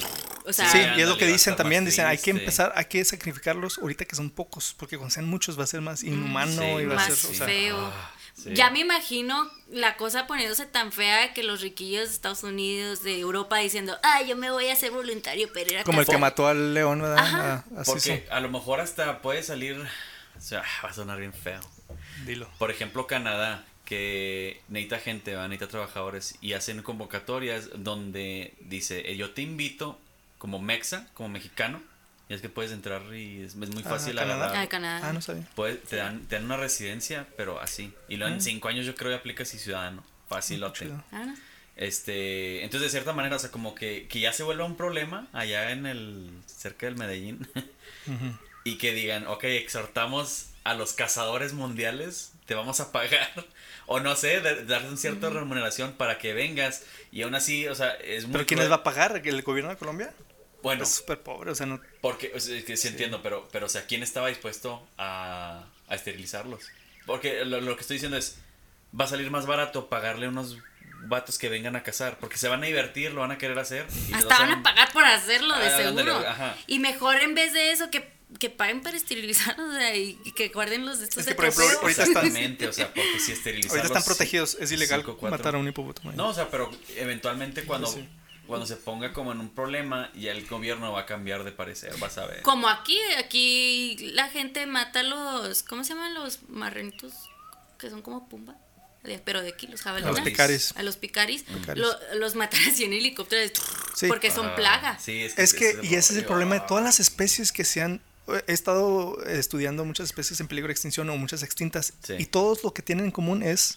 O sea, sí, Sí, y es ándale, lo que va a dicen estar también, más dicen, hay que triste. empezar, hay que sacrificarlos ahorita que son pocos, porque cuando sean muchos va a ser más inhumano Sí, y va a más ser, o sea, feo. Ah, sí. Ya me imagino la cosa poniéndose tan fea que los riquillos de Estados Unidos, de Europa, diciendo, ah, yo me voy a hacer voluntario, pero era como el que mató al león, ¿verdad? Ajá. Ah, así Porque son. a lo mejor hasta puede salir, o sea, va a sonar bien feo. Dilo. Por ejemplo, Canadá, que necesita gente, ¿va? Necesita trabajadores y hacen convocatorias donde dice, eh, yo te invito como mexa, como mexicano, y es que puedes entrar y es, es muy Ah, fácil Canadá. agarrar. Ah, Canadá. Ah, no sabía. Puedes- te, dan, te dan una residencia, pero así. Y luego en Ah. cinco años yo creo que aplicas y ciudadano. Fácil, Chido. Ah, no. Este, entonces de cierta manera, o sea, como que, que ya se vuelva un problema allá en el, cerca del Medellín, Ujú. y que digan, ok, exhortamos a los cazadores mundiales, te vamos a pagar, o no sé, de- darte una cierta remuneración para que vengas, y aún así, o sea, es muy ¿Pero quién cruel. les va a pagar? ¿El gobierno de Colombia? Bueno, Es súper pobre, o sea, no... porque, o sea, es que sí, entiendo, pero, pero, o sea, ¿quién estaba dispuesto a, a esterilizarlos? Porque lo, lo que estoy diciendo es, va a salir más barato pagarle a unos vatos que vengan a cazar, porque se van a divertir, lo van a querer hacer. y les Hasta vas van a pagar por hacerlo, de Ah, ándale, seguro. ajá. Y mejor en vez de eso que, que paguen para esterilizarlos, o sea, y, y que guarden los de estos Es que, de por ejemplo, trofeo. ahorita están- Exactamente, o sea, porque si esterilizarlos... Ahorita están sí, protegidos, es ilegal cinco, cuatro. matar a un hipopótamo. No, o sea, pero eventualmente cuando, Sí. cuando se ponga como en un problema, ya el gobierno va a cambiar de parecer, vas a ver. Como aquí, aquí la gente mata a los, ¿cómo se llaman los marranitos? Que son como pumba. De- pero de aquí, los jabalinas. A los picaris. A los picaris. Picaris. Lo- los matan así en helicópteros Sí. porque son Ah, plaga. Sí, es Es que, ese y ese es el rollo. problema de todas las especies que se han... He estado estudiando muchas especies en peligro de extinción o muchas extintas, Sí. y todos lo que tienen en común es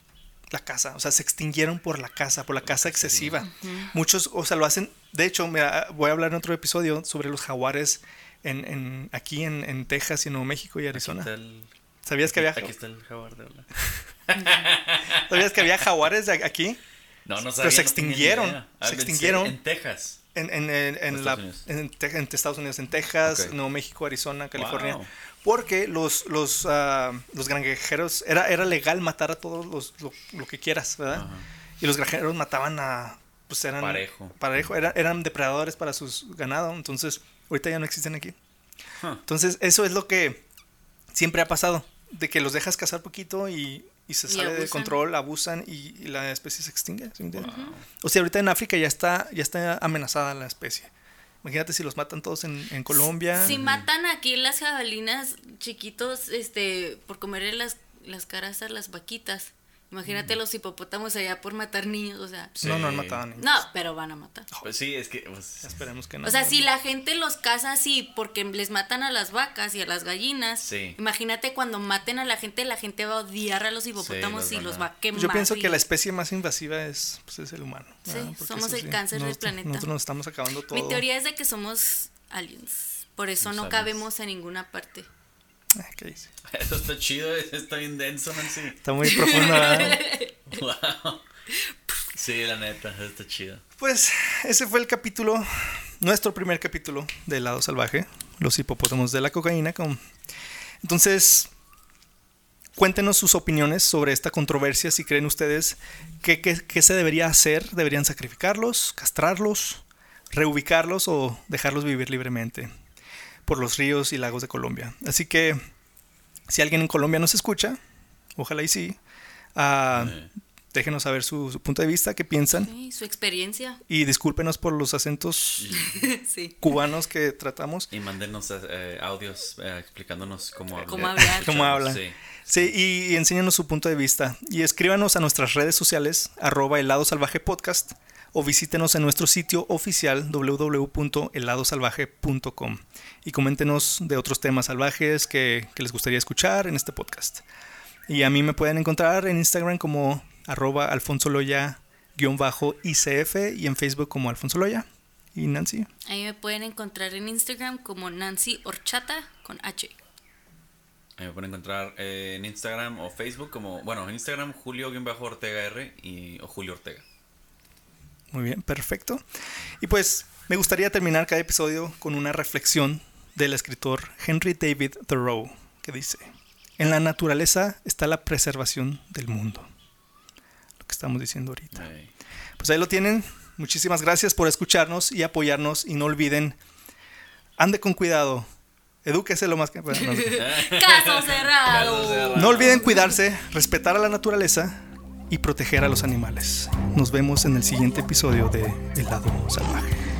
la caza. O sea, se extinguieron por la caza, por la caza excesiva. Muchos, o sea, lo hacen... De hecho, mira, voy a hablar en otro episodio sobre los jaguares en, en, aquí en, en Texas y Nuevo México y Aquí Arizona. está el, ¿Sabías que había, aquí está el jaguar de habla. ¿sabías que había jaguares de aquí? No, no Pero sabía, se no tenía ni extinguieron, idea. se Ah, en extinguieron. En Texas. En, en, en, en Estados la, Unidos. en, Te- en Estados Unidos, en Texas, Ok. Nuevo México, Arizona, California. Wow. Porque los, los, ah, los granjeros, era, era legal matar a todos los, lo, lo que quieras, ¿verdad? Ajá. Y los granjeros mataban a, pues eran... Parejo. Parejo, era- eran depredadores para sus ganado, entonces ahorita ya no existen aquí. Huh. Entonces eso es lo que siempre ha pasado, de que los dejas cazar poquito y, y se Y sale de abusan. control, abusan y, y la especie se extingue. ¿Sí me entiendes? O sea, ahorita en África ya está, ya está amenazada la especie. Imagínate si los matan todos en, en Colombia. Si matan aquí las jabalinas chiquitos, este, por comerle las, las caras a las vaquitas. Imagínate los hipopótamos allá por matar niños, o sea. No, no han Sí. matado a niños. No, pero van a matar. Pues sí, es que... pues, Esperemos que no. O sea, si la gente los caza así porque les matan a las vacas y a las gallinas, Sí. imagínate cuando maten a la gente, la gente va a odiar a los hipopótamos los y van los a- va a quemar. Yo pienso que y- la especie más invasiva es, pues, es el humano. Sí, ¿verdad? Porque somos eso el cáncer del nosotros- planeta. Nosotros nos estamos acabando todo. Mi teoría es de que somos aliens. Por eso Los no aliens. cabemos en ninguna parte. Ah, ¿qué dice? eso está chido, eso está bien denso, Nancy. Está muy profundo. ¿verdad? Wow. Sí, la neta, eso está chido. Pues ese fue el capítulo, nuestro primer capítulo de Lado Salvaje, los hipopótamos de la cocaína. Con... Entonces, cuéntenos sus opiniones sobre esta controversia, si creen ustedes que, que- que se debería hacer, deberían sacrificarlos, castrarlos, reubicarlos o dejarlos vivir libremente por los ríos y lagos de Colombia. Así que, si alguien en Colombia nos escucha, ojalá y sí, ah, Eh. déjenos saber su, su punto de vista, qué piensan. Sí, su experiencia. Y discúlpenos por los acentos Sí. cubanos que tratamos. Y mándenos eh, audios eh, explicándonos cómo hablar. Cómo hablar. Cómo hablan. Sí. Sí, y, y enséñanos su punto de vista. Y escríbanos a nuestras redes sociales, arroba helado salvaje podcast, o visítenos en nuestro sitio oficial w w w punto helado salvaje punto com y coméntenos de otros temas salvajes que, que les gustaría escuchar en este podcast. Y a mí me pueden encontrar en Instagram como arroba alfonsoloya-icf y en Facebook como Alfonso Loya. Y Nancy. Ahí me pueden encontrar en Instagram como Nancy Horchata con H. Ahí me pueden encontrar eh, en Instagram o Facebook como, bueno, en Instagram Julio-Ortega R y, o Julio Ortega. Muy bien, perfecto. Y pues me gustaría terminar cada episodio con una reflexión del escritor Henry David Thoreau, que dice: en la naturaleza está la preservación del mundo. Lo que estamos diciendo ahorita. Hey. Pues ahí lo tienen. muchísimas gracias por escucharnos y apoyarnos. Y no olviden, ande con cuidado. Edúquese lo más que... Bueno, no, Caso cerrado. no olviden cuidarse, respetar a la naturaleza y proteger a los animales. Nos vemos en el siguiente episodio de El Lado Salvaje.